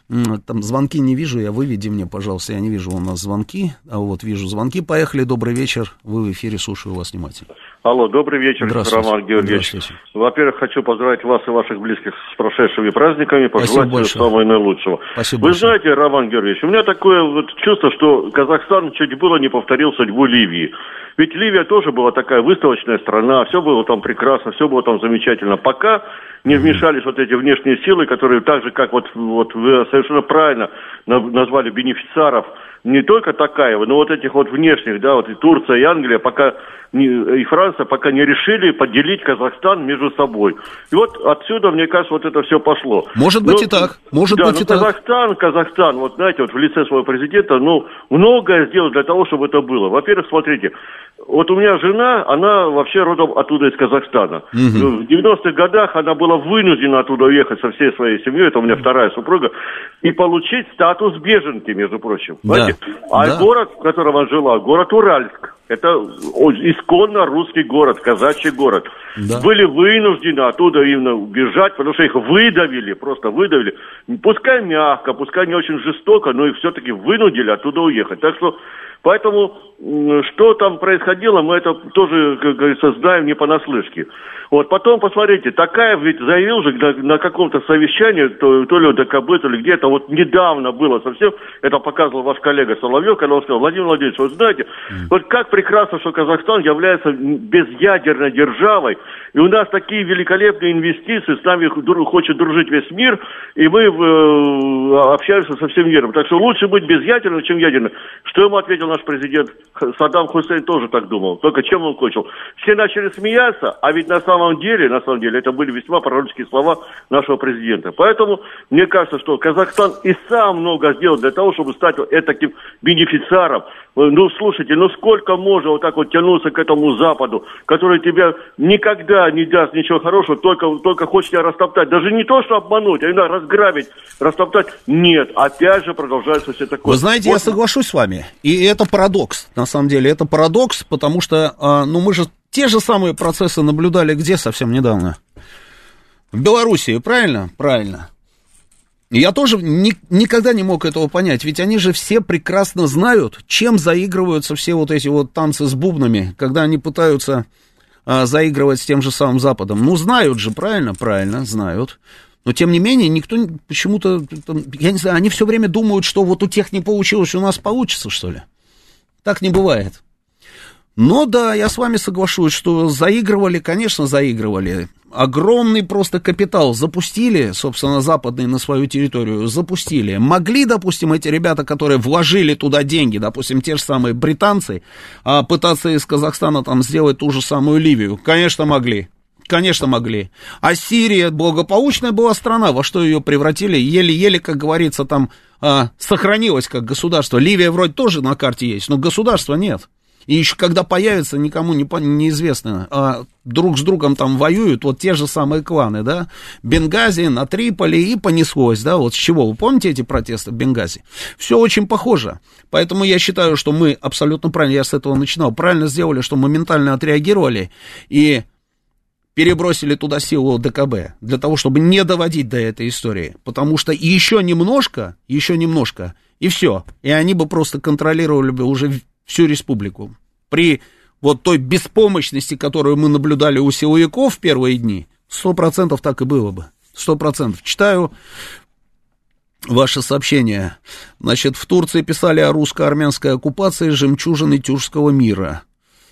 Там звонки не вижу, я выведи мне, пожалуйста, я не вижу у нас звонки, а вот вижу звонки. Поехали, добрый вечер, вы в эфире, слушаю вас внимательно. Алло, добрый вечер, Роман Георгиевич. Во-первых, хочу поздравить вас и ваших близких с прошедшими праздниками, пожелать всего самого наилучшего. Спасибо Вы большое. знаете, Роман Георгиевич, у меня такое вот чувство, что Казахстан чуть было не повторил судьбу Ливии. Ведь Ливия тоже была такая выставочная страна, все было там прекрасно, все было там замечательно, пока не вмешались вот эти внешние силы, которые так же, как вот, вот вы совершенно правильно назвали бенефициаров, не только Токаева, но вот этих вот внешних, да, вот и Турция, и Англия, пока не, и Франция пока не решили поделить Казахстан между собой. И вот отсюда, мне кажется, вот это все пошло. Может быть но, и так, может да, быть и Казахстан, так. Казахстан, вот знаете, вот в лице своего президента, ну, многое сделал для того, чтобы это было. Во-первых, смотрите, вот у меня жена, она вообще родом оттуда, из Казахстана. Угу. В девяностых годах она была вынуждена оттуда уехать со всей своей семьей, это у меня вторая супруга, и получить статус беженки, между прочим. Да. А да. город, в котором она жила, город Уральск. Это исконно русский город, казачий город. Да. Были вынуждены оттуда именно бежать, потому что их выдавили, просто выдавили. Пускай мягко, пускай не очень жестоко, но их все-таки вынудили оттуда уехать. Так что, поэтому, что там происходило, мы это тоже, как говорится, знаем не понаслышке. Вот, потом, посмотрите, Токаев ведь заявил же на, на каком-то совещании, то, то ли у ДКБ, то ли где-то, вот недавно было совсем, это показывал ваш коллега Соловьев, когда он сказал: Владимир Владимирович, вы знаете, mm. вот как прекрасно, что Казахстан является безъядерной державой, и у нас такие великолепные инвестиции, с нами хочет дружить весь мир, и мы э, общаемся со всем миром. Так что лучше быть безъядерным, чем ядерным. Что ему ответил наш президент? Саддам Хусейн тоже так думал. Только чем он кончил? Все начали смеяться, а ведь на самом На самом деле, на самом деле, это были весьма пророческие слова нашего президента. Поэтому мне кажется, что Казахстан и сам много сделал для того, чтобы стать таким бенефициаром. Ну, слушайте, ну сколько можно вот так вот тянуться к этому Западу, который тебе никогда не даст ничего хорошего, только, только хочет тебя растоптать. Даже не то, что обмануть, а именно разграбить, растоптать. Нет, опять же продолжается все такое. Вы знаете, вот... я соглашусь с вами. И это парадокс, на самом деле. Это парадокс, потому что, ну, мы же те же самые процессы наблюдали где совсем недавно? В Белоруссии, правильно? Правильно. Я тоже ни, никогда не мог этого понять, ведь они же все прекрасно знают, чем заигрываются все вот эти вот танцы с бубнами, когда они пытаются а, заигрывать с тем же самым Западом. Ну, знают же, правильно? Правильно, знают. Но, тем не менее, никто почему-то, я не знаю, они все время думают, что вот у тех не получилось, у нас получится, что ли. Так не бывает. Но да, я с вами соглашусь, что заигрывали, конечно, заигрывали. Огромный просто капитал запустили, собственно, западный на свою территорию, запустили. Могли, допустим, эти ребята, которые вложили туда деньги, допустим, те же самые британцы, пытаться из Казахстана там сделать ту же самую Ливию? Конечно, могли. Конечно, могли. А Сирия благополучная была страна, во что ее превратили, еле-еле, как говорится, там а, сохранилась как государство. Ливия вроде тоже на карте есть, но государства нет. И еще когда появится, никому не, неизвестно, а друг с другом там воюют вот те же самые кланы, да, Бенгази, на Триполи, и понеслось, да, вот с чего, вы помните эти протесты в Бенгази? Все очень похоже, поэтому я считаю, что мы абсолютно правильно, я с этого начинал, правильно сделали, что моментально отреагировали и перебросили туда силу ДКБ, для того, чтобы не доводить до этой истории, потому что еще немножко, еще немножко, и все, и они бы просто контролировали бы уже всю республику. При вот той беспомощности, которую мы наблюдали у силовиков в первые дни, сто процентов так и было бы. Сто процентов. Читаю ваше сообщение. Значит, в Турции писали о русско-армянской оккупации жемчужины тюркского мира.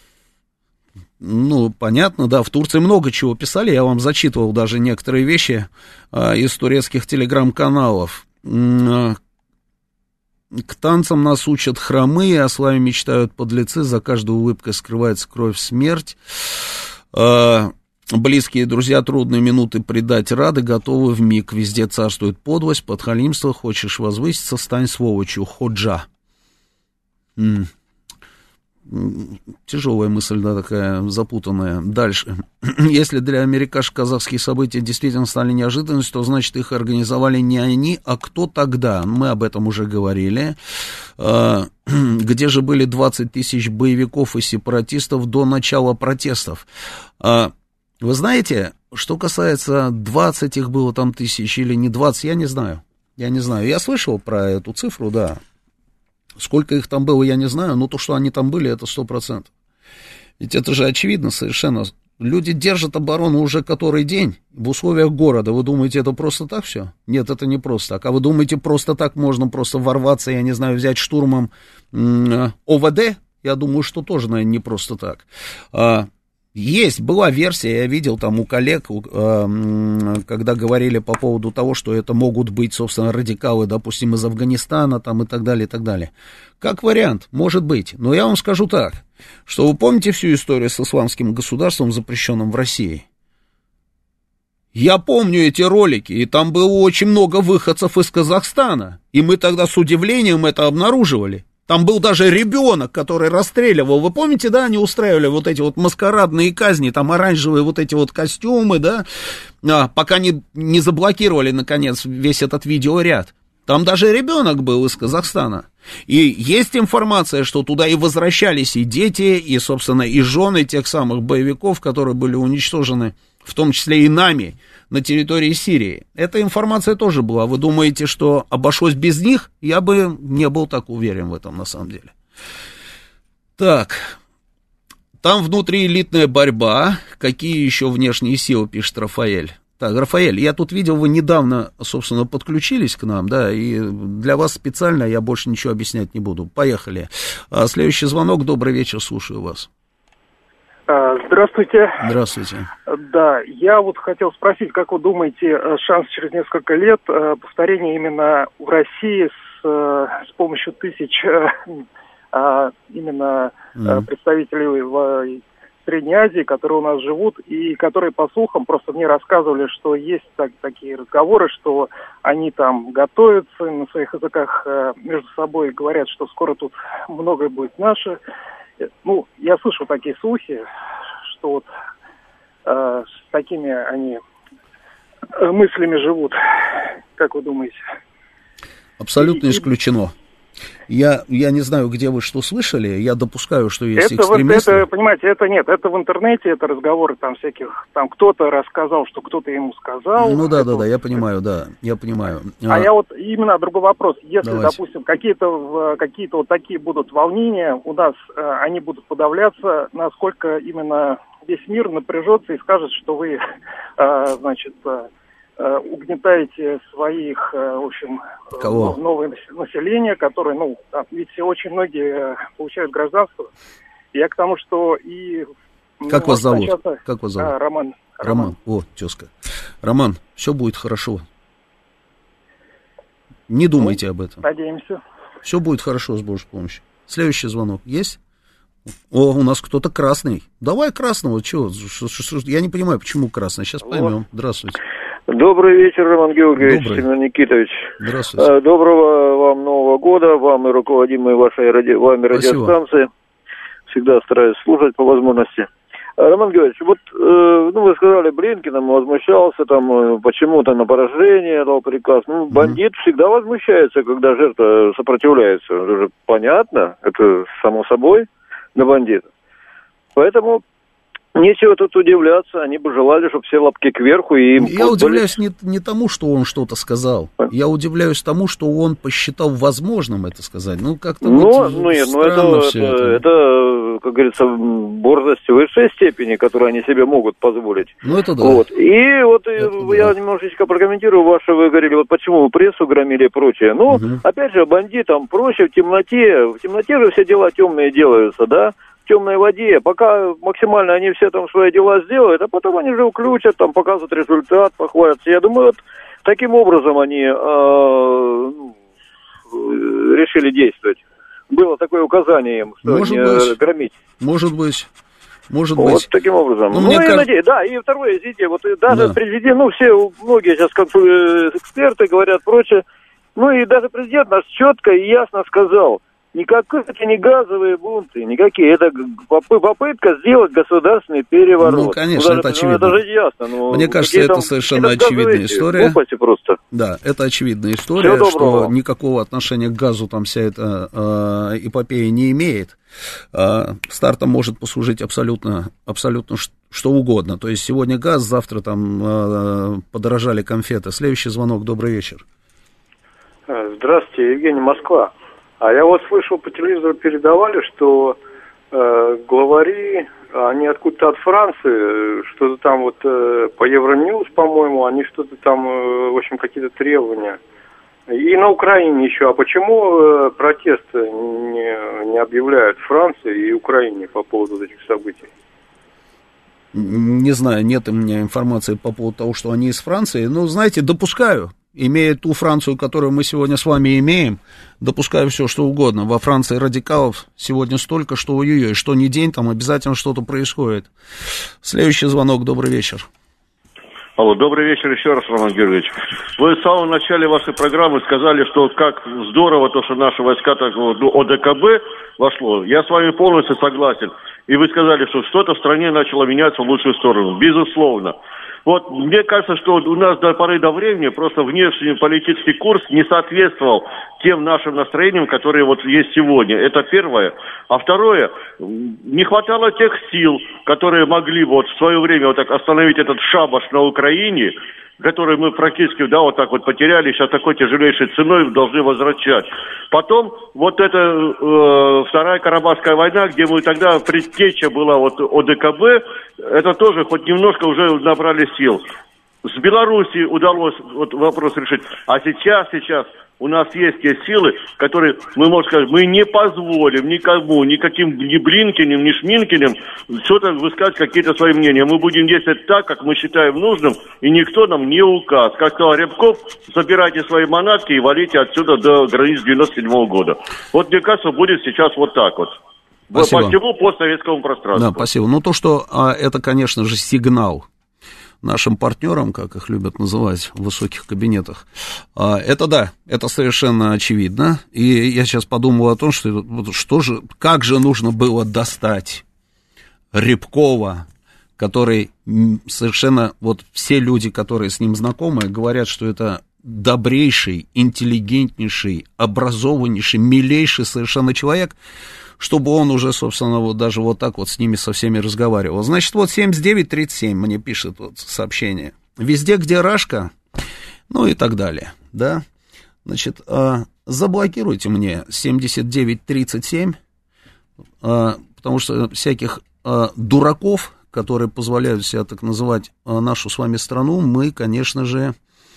Ну, понятно, да, в Турции много чего писали. Я вам зачитывал даже некоторые вещи а, из турецких телеграм-каналов. К танцам нас учат хромые, о славе мечтают подлецы, за каждой улыбкой скрывается кровь, смерть. Э, близкие друзья трудные минуты предать рады, готовы вмиг. Везде царствует подлость, подхалимство, хочешь возвыситься, стань сволочью. Ходжа. М-м. Тяжелая мысль, да, такая запутанная. Дальше. Если для америкашек казахские события действительно стали неожиданностью, то значит их организовали не они, а кто тогда? Мы об этом уже говорили. Где же были двадцать тысяч боевиков и сепаратистов до начала протестов? Вы знаете, что касается двадцать их было там тысяч или не двадцать, я не знаю. Я не знаю. Я слышал про эту цифру, да. Сколько их там было, я не знаю, но то, что они там были, это сто процентов. Ведь это же очевидно совершенно. Люди держат оборону уже который день в условиях города. Вы думаете, это просто так все? Нет, это не просто так. А вы думаете, просто так можно просто ворваться, я не знаю, взять штурмом м- ОВД? Я думаю, что тоже, наверное, не просто так. А, есть, была версия, я видел там у коллег, у, а, когда говорили по поводу того, что это могут быть, собственно, радикалы, допустим, из Афганистана там, и так далее, и так далее. Как вариант, может быть. Но я вам скажу так, что вы помните всю историю с исламским государством, запрещенным в России? Я помню эти ролики, и там было очень много выходцев из Казахстана, и мы тогда с удивлением это обнаруживали. Там был даже ребенок, который расстреливал. Вы помните, да, они устраивали вот эти вот маскарадные казни, там оранжевые вот эти вот костюмы, да, а, пока не, не заблокировали, наконец, весь этот видеоряд. Там даже ребенок был из Казахстана. И есть информация, что туда и возвращались и дети, и, собственно, и жены тех самых боевиков, которые были уничтожены, в том числе и нами, на территории Сирии. Эта информация тоже была. Вы думаете, что обошлось без них? Я бы не был так уверен в этом, на самом деле. Так, там внутриэлитная борьба. Какие еще внешние силы, пишет Рафаэль. Так, Рафаэль, я тут видел, вы недавно, собственно, подключились к нам, да, и для вас специально я больше ничего объяснять не буду. Поехали. Следующий звонок. Добрый вечер, слушаю вас. Здравствуйте. Здравствуйте. Да, я вот хотел спросить, как вы думаете, шанс через несколько лет повторения именно в России с, с помощью тысяч именно mm. представителей в Средней Азии, которые у нас живут, и которые, по слухам, просто мне рассказывали, что есть так, такие разговоры, что они там готовятся на своих языках между собой, говорят, что скоро тут многое будет наше. Ну, я слышу такие слухи, что вот э, с такими они э, мыслями живут. Как вы думаете? Абсолютно и, исключено. Я, я не знаю, где вы что слышали, я допускаю, что есть это, экстремисты. Это, понимаете, это нет, это в интернете, это разговоры там всяких, там кто-то рассказал, что кто-то ему сказал. Ну да, это, да, да, я понимаю, да, я понимаю. А, а я вот именно другой вопрос. Если, Давайте. допустим, какие-то, какие-то вот такие будут волнения, у нас э, они будут подавляться, насколько именно весь мир напряжется и скажет, что вы, э, значит, э, угнетаете своих, в общем, Кого? новое население, которое, ну, ведь очень многие получают гражданство. Я к тому, что и... Как вас зовут? Начаться... Как вас зовут? А, Роман. Роман. Роман. О, тезка. Роман, все будет хорошо. Не думайте ну, об этом. Надеемся. Все будет хорошо с Божьей помощью. Следующий звонок есть? О, у нас кто-то красный. Давай красного. Чего? Я не понимаю, почему красный. Сейчас поймем. Здравствуйте. Добрый вечер, Роман Георгиевич, Добрый. Семен Никитович. Здравствуйте. Доброго вам Нового года, вам и руководимой вашей ради... вами радиостанции. Всегда стараюсь слушать по возможности. Роман Георгиевич, вот, э, ну, вы сказали, Блинкин возмущался, там, почему-то на поражение дал приказ. Ну, бандит mm-hmm. всегда возмущается, когда жертва сопротивляется. Это же понятно, это само собой на бандита. Поэтому... Нечего тут удивляться, они бы желали, чтобы все лапки кверху и им... Я удивляюсь не, не тому, что он что-то сказал, я удивляюсь тому, что он посчитал возможным это сказать. Ну, как-то ну, вот ну, нет, ну это, это, это. это, как говорится, борзость высшей степени, которую они себе могут позволить. Ну, это да. Вот. И вот это я да. немножечко прокомментирую ваше, вы говорили, вот почему вы прессу громили и прочее. Ну, угу. опять же, бандитам проще в темноте, в темноте же все дела темные делаются, да? Темной воде, пока максимально они все там свои дела сделают, а потом они же включат, там показывают результат, похвалятся. Я думаю, вот таким образом они э, решили действовать. Было такое указание им, что может не быть, громить. Может быть. Может вот быть. таким образом. Ну, ну и кажется... надеюсь, да, и второе, извините, вот даже да. президент, ну все, многие сейчас как эксперты говорят прочее, ну и даже президент наш четко и ясно сказал, никакие это не газовые бунты, никакие. Это попытка сделать государственный переворот. Ну, конечно, ну, это даже, очевидно. Ну, это же ясно. Ну, Мне кажется, это совершенно очевидная история. Просто. Да, это очевидная история, что никакого отношения к газу там вся эта э, эпопея не имеет. Э, стартом может послужить абсолютно, абсолютно что угодно. То есть сегодня газ, завтра там э, подорожали конфеты. Следующий звонок. Добрый вечер. Здравствуйте, Евгений, Москва. А я вот слышал, по телевизору передавали, что э, главари, они откуда-то от Франции, что-то там вот э, по Евроньюз, по-моему, они что-то там, э, в общем, какие-то требования. И на Украине еще. А почему э, протесты не, не объявляют Франции и Украине по поводу этих событий? Не знаю, нет у меня информации по поводу того, что они из Франции. Ну, знаете, допускаю. Имея ту Францию, которую мы сегодня с вами имеем, допускаю все, что угодно. Во Франции радикалов сегодня столько, что ой-ой-ой, что ни день, там обязательно что-то происходит. Следующий звонок, добрый вечер. Алло, добрый вечер еще раз, Роман Георгиевич. Вы в самом начале вашей программы сказали, что как здорово то, что наши войска так, ну, ОДКБ вошло. Я с вами полностью согласен. И вы сказали, что что-то в стране начало меняться в лучшую сторону. Безусловно. Вот мне кажется, что у нас до поры до времени просто внешнеполитический курс не соответствовал тем нашим настроениям, которые вот есть сегодня. Это первое. А второе, не хватало тех сил, которые могли вот в свое время вот так остановить этот шабаш на Украине, который мы практически, да, вот так вот потеряли, сейчас такой тяжелейшей ценой должны возвращать. Потом вот эта э, Вторая Карабахская война, где мы тогда, предтеча была вот ОДКБ, это тоже хоть немножко уже набрали сил. С Белоруссией удалось вот вопрос решить. А сейчас, сейчас у нас есть те силы, которые, мы можем сказать, мы не позволим никому, никаким ни Блинкиным, ни Шминкиным что-то высказать какие-то свои мнения. Мы будем действовать так, как мы считаем нужным, и никто нам не указ. Как сказал Рябков, собирайте свои манатки и валите отсюда до границ девяносто седьмого года. Вот, мне кажется, будет сейчас вот так вот. Спасибо. По всему постсоветскому пространству. Да, спасибо. Ну, то, что а, это, конечно же, сигнал нашим партнерам, как их любят называть в высоких кабинетах, это да, это совершенно очевидно. И я сейчас подумал о том, что, что же, как же нужно было достать Рябкова, который совершенно, вот все люди, которые с ним знакомы, говорят, что это добрейший, интеллигентнейший, образованнейший, милейший совершенно человек, чтобы он уже, собственно, вот даже вот так вот с ними со всеми разговаривал. Значит, вот семьдесят девять тридцать семь мне пишет вот сообщение. Везде, где Рашка, ну и так далее, да. Значит, э, заблокируйте мне семьдесят девять тридцать семь, э, потому что всяких э, дураков, которые позволяют себя так называть э, нашу с вами страну, мы, конечно же,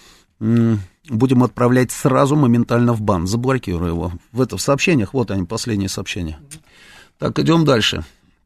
э, будем отправлять сразу моментально в бан. Заблокирую его. В это в сообщениях, вот они, последние сообщения. Так, идем дальше.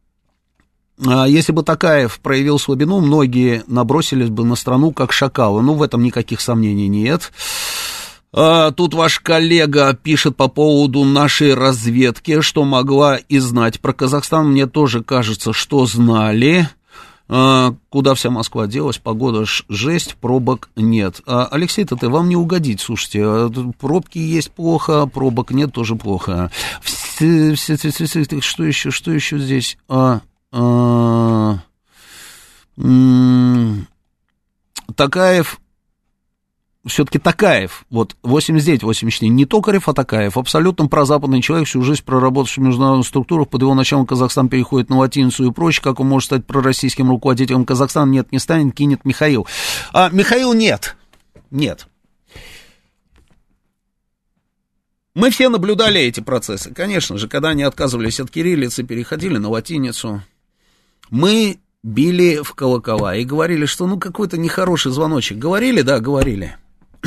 А если бы Токаев проявил слабину, многие набросились бы на страну как шакалы. Ну, в этом никаких сомнений нет. А, тут ваш коллега пишет по поводу нашей разведки, что могла и знать про Казахстан. Мне тоже кажется, что знали. Куда вся Москва делась, погода жесть, пробок нет. А, Алексей-то ты, вам не угодить, слушайте, пробки есть плохо, пробок нет тоже плохо. Все, все, все, все, все, что еще, что еще здесь? А, а, м- Токаев, все-таки Токаев, вот восемьдесят девять восемьдесят четыре, не Токарев, а Токаев, абсолютно прозападный человек, всю жизнь проработавший в международных структурах, под его началом Казахстан переходит на латиницу и прочее, как он может стать пророссийским руководителем Казахстана, нет, не станет, кинет Михаил. А, Михаил нет, нет. Мы все наблюдали эти процессы, конечно же, когда они отказывались от кириллицы, переходили на латиницу. Мы били в колокола и говорили, что ну какой-то нехороший звоночек. Говорили, да, говорили.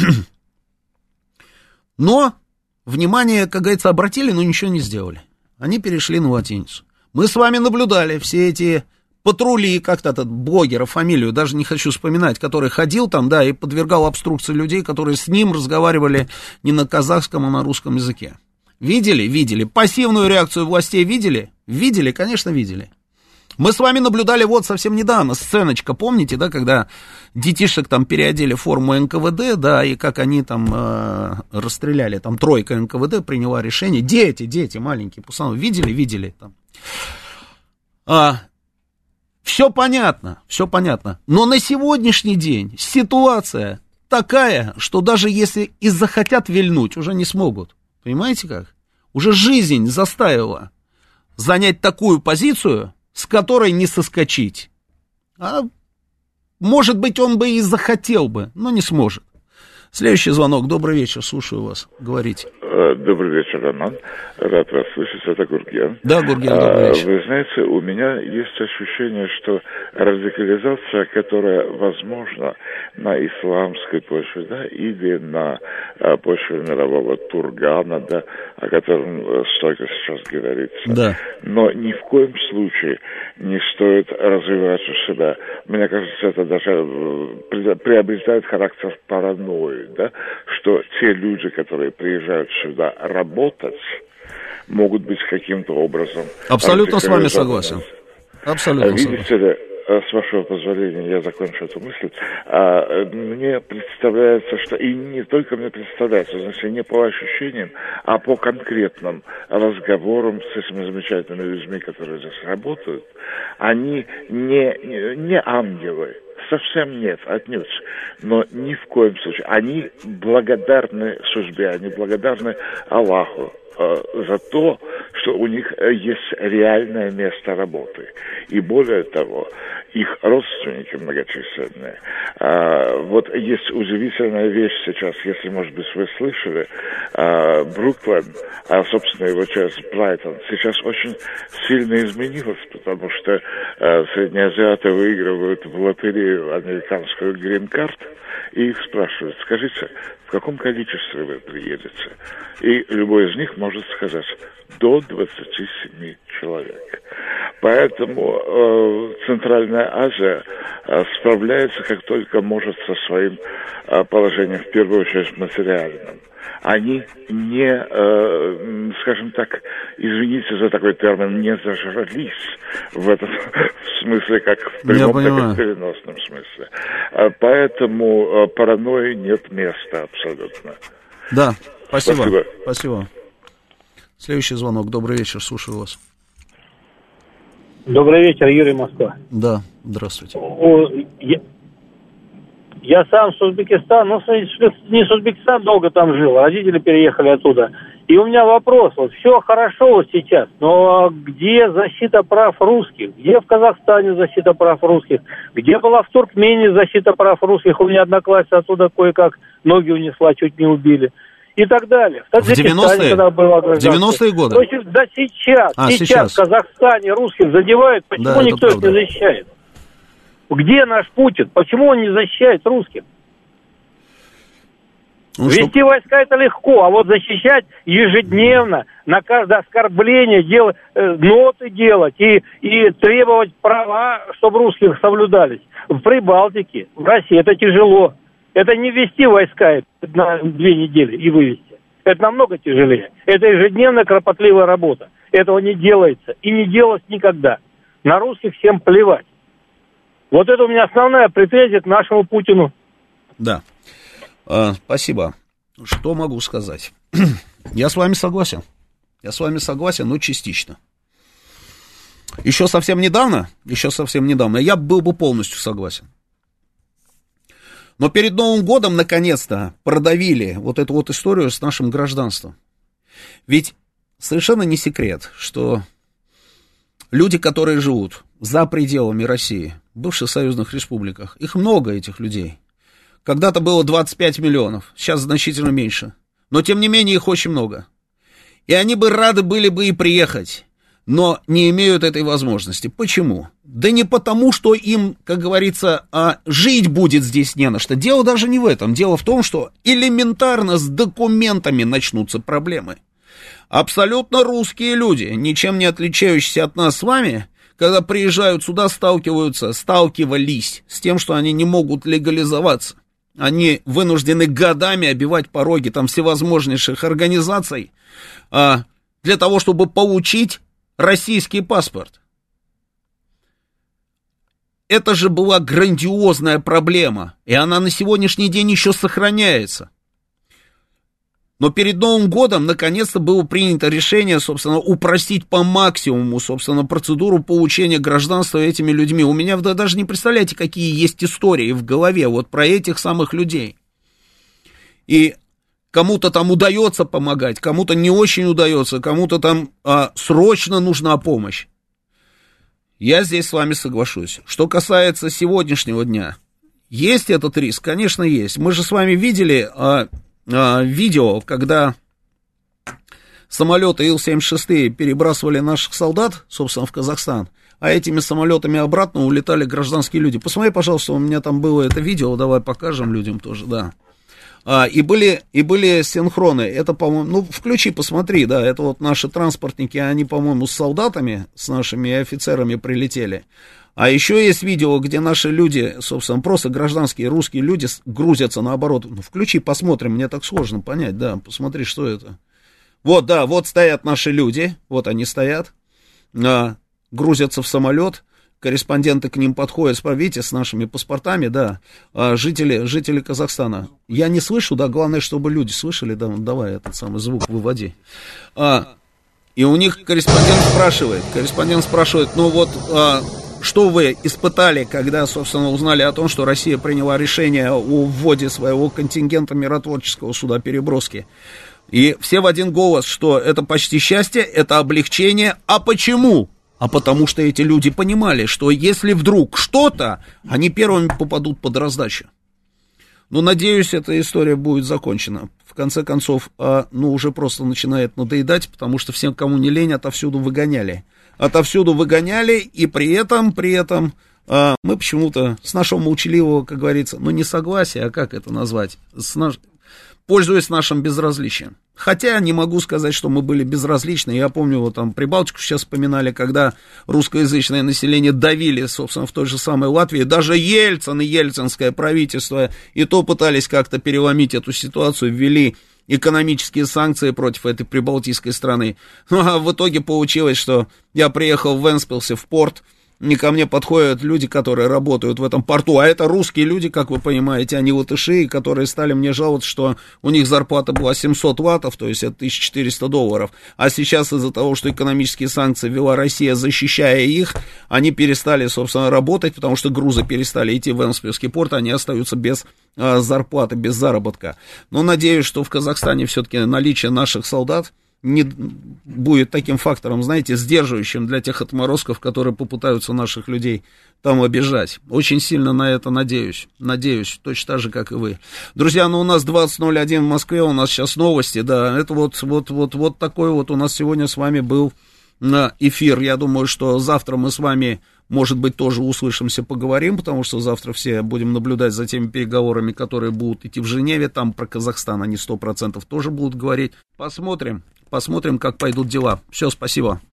Но, внимание, как говорится, обратили, но ничего не сделали. Они перешли на латиницу. Мы с вами наблюдали все эти патрули, как-то этот блогера, фамилию, даже не хочу вспоминать, который ходил там, да, и подвергал обструкции людей, которые с ним разговаривали не на казахском, а на русском языке. Видели? Видели. Пассивную реакцию властей видели? Видели, конечно, видели. Мы с вами наблюдали вот совсем недавно сценочка, помните, да, когда детишек там переодели в форму эн ка вэ дэ, да, и как они там э, расстреляли, там тройка эн ка вэ дэ приняла решение, дети, дети, маленькие, пацаны, видели, видели там. А, все понятно, все понятно, но на сегодняшний день ситуация такая, что даже если и захотят вильнуть, уже не смогут, понимаете как? Уже жизнь заставила занять такую позицию, с которой не соскочить. А может быть, он бы и захотел бы, но не сможет. Следующий звонок. Добрый вечер, слушаю вас. Говорите. Добрый вечер, Роман. Рад вас слышать. Это Гурген. Да, Гурген, добрый вечер. Вы знаете, у меня есть ощущение, что радикализация, которая возможна на исламской почве, да, или на почве мирового Тургана, да, о котором столько сейчас говорится. Да. Но ни в коем случае не стоит развивать у себя. Мне кажется, это даже приобретает характер паранойи, да, что те люди, которые приезжают сюда работать, могут быть каким-то образом... Абсолютно с вами согласен. Абсолютно Видите согласен. ли, с вашего позволения, я закончу эту мысль. А, мне представляется, что... И не только мне представляется, значит, не по ощущениям, а по конкретным разговорам с этими замечательными людьми, которые здесь работают. Они не, не ангелы. Совсем нет, отнюдь. Но ни в коем случае. Они благодарны судьбе, они благодарны Аллаху э, за то, что у них есть реальное место работы. И более того, их родственники многочисленные. А, вот есть удивительная вещь сейчас, если, может быть, вы слышали, а, Бруклин, а, собственно, его часть Брайтон, сейчас очень сильно изменилась, потому что а, среднеазиаты выигрывают в лотерею американскую грин-карт, и их спрашивают, скажите, в каком количестве вы приедете? И любой из них может сказать, до двадцати семи человек. Поэтому э, Центральная Азия э, справляется как только может со своим э, положением, в первую очередь материальным. Они не, э, скажем так, извините за такой термин, не зажрались в этом смысле, как в прямом, так и в переносном смысле. Э, поэтому э, паранойи нет места абсолютно. Да, спасибо. Спасибо. Спасибо. Следующий звонок. Добрый вечер, слушаю вас. Добрый вечер, Юрий, Москва. Да, здравствуйте. О, я, я сам с Узбекистана, ну, не с Узбекистана, долго там жил, родители переехали оттуда. И у меня вопрос, вот все хорошо вот сейчас, но где защита прав русских? Где в Казахстане защита прав русских? Где была в Туркмении защита прав русских? У меня одноклассница оттуда кое-как ноги унесла, чуть не убили. И так далее. В девяностые? девяностые годы? То есть, да сейчас, а, сейчас, сейчас в Казахстане русских задевают, почему да, никто их не защищает? Где наш Путин? Почему он не защищает русских? Ну, Вести что... войска это легко, а вот защищать ежедневно, на каждое оскорбление делать, э, ноты делать и, и требовать права, чтобы русских соблюдались. В Прибалтике, в России это тяжело. Это не ввести войска на две недели и вывести. Это намного тяжелее. Это ежедневная кропотливая работа. Этого не делается и не делалось никогда. На русских всем плевать. Вот это у меня основная претензия к нашему Путину. Да. А, спасибо. Что могу сказать? Я с вами согласен. Я с вами согласен, но частично. Еще совсем недавно, еще совсем недавно я был бы полностью согласен. Но перед Новым годом, наконец-то, продавили вот эту вот историю с нашим гражданством. Ведь совершенно не секрет, что люди, которые живут за пределами России, в бывших союзных республиках, их много, этих людей. Когда-то было двадцать пять миллионов, сейчас значительно меньше. Но, тем не менее, их очень много. И они бы рады были бы и приехать, но не имеют этой возможности. Почему? Да не потому, что им, как говорится, а жить будет здесь не на что. Дело даже не в этом. Дело в том, что элементарно с документами начнутся проблемы. Абсолютно русские люди, ничем не отличающиеся от нас с вами, когда приезжают сюда, сталкиваются, сталкивались с тем, что они не могут легализоваться. Они вынуждены годами обивать пороги там всевозможнейших организаций а, для того, чтобы получить российский паспорт. Это же была грандиозная проблема, и она на сегодняшний день еще сохраняется. Но перед Новым годом наконец-то было принято решение, собственно, упростить по максимуму, собственно, процедуру получения гражданства этими людьми. У меня, вы даже не представляете, какие есть истории в голове вот про этих самых людей. И кому-то там удается помогать, кому-то не очень удается, кому-то там а, срочно нужна помощь. Я здесь с вами соглашусь. Что касается сегодняшнего дня, есть этот риск? Конечно, есть. Мы же с вами видели а, а, видео, когда самолеты Ил семьдесят шесть перебрасывали наших солдат, собственно, в Казахстан, а этими самолетами обратно улетали гражданские люди. Посмотри, пожалуйста, у меня там было это видео, давай покажем людям тоже, да. А, и, были, и были синхроны, это, по-моему, ну, включи, посмотри, да, это вот наши транспортники, они, по-моему, с солдатами, с нашими офицерами прилетели. А еще есть видео, где наши люди, собственно, просто гражданские русские люди грузятся наоборот. Ну, включи, посмотрим, мне так сложно понять, да, посмотри, что это. Вот, да, вот стоят наши люди, вот они стоят, а, грузятся в самолет. Корреспонденты к ним подходят, видите, с нашими паспортами, да, а, жители, жители Казахстана. Я не слышу, да, главное, чтобы люди слышали, да, давай этот самый звук выводи. А, и у них корреспондент спрашивает, корреспондент спрашивает, ну вот, а, что вы испытали, когда, собственно, узнали о том, что Россия приняла решение о вводе своего контингента миротворческого суда переброски? И все в один голос, что это почти счастье, это облегчение. А почему? А потому что эти люди понимали, что если вдруг что-то, они первыми попадут под раздачу. Ну, надеюсь, эта история будет закончена. В конце концов, а, ну, уже просто начинает надоедать, потому что всем, кому не лень, отовсюду выгоняли. Отовсюду выгоняли, и при этом, при этом а, мы почему-то с нашего молчаливого, как говорится, ну, не согласия, а как это назвать, с наш... пользуясь нашим безразличием. Хотя не могу сказать, что мы были безразличны. Я помню, вот там Прибалтику сейчас вспоминали, когда русскоязычное население давили, собственно, в той же самой Латвии. Даже Ельцин и ельцинское правительство и то пытались как-то переломить эту ситуацию, ввели экономические санкции против этой прибалтийской страны. Ну, а в итоге получилось, что я приехал в Вентспилсе в порт, и ко мне подходят люди, которые работают в этом порту, а это русские люди, как вы понимаете, они латыши, которые стали мне жаловаться, что у них зарплата была семьсот ваттов, то есть это тысяча четыреста долларов, а сейчас из-за того, что экономические санкции ввела Россия, защищая их, они перестали, собственно, работать, потому что грузы перестали идти в Вентспилский порт, они остаются без а, зарплаты, без заработка. Но надеюсь, что в Казахстане все-таки наличие наших солдат не будет таким фактором, знаете, сдерживающим для тех отморозков, которые попытаются наших людей там обижать. Очень сильно на это надеюсь. Надеюсь, точно так же, как и вы. Друзья, ну у нас двадцать ноль один в Москве, у нас сейчас новости, да, это вот, вот, вот, вот такой вот у нас сегодня с вами был эфир. Я думаю, что завтра мы с вами, может быть, тоже услышимся, поговорим, потому что завтра все будем наблюдать за теми переговорами, которые будут идти в Женеве. Там про Казахстан они сто процентов тоже будут говорить. Посмотрим, посмотрим, как пойдут дела. Все, спасибо.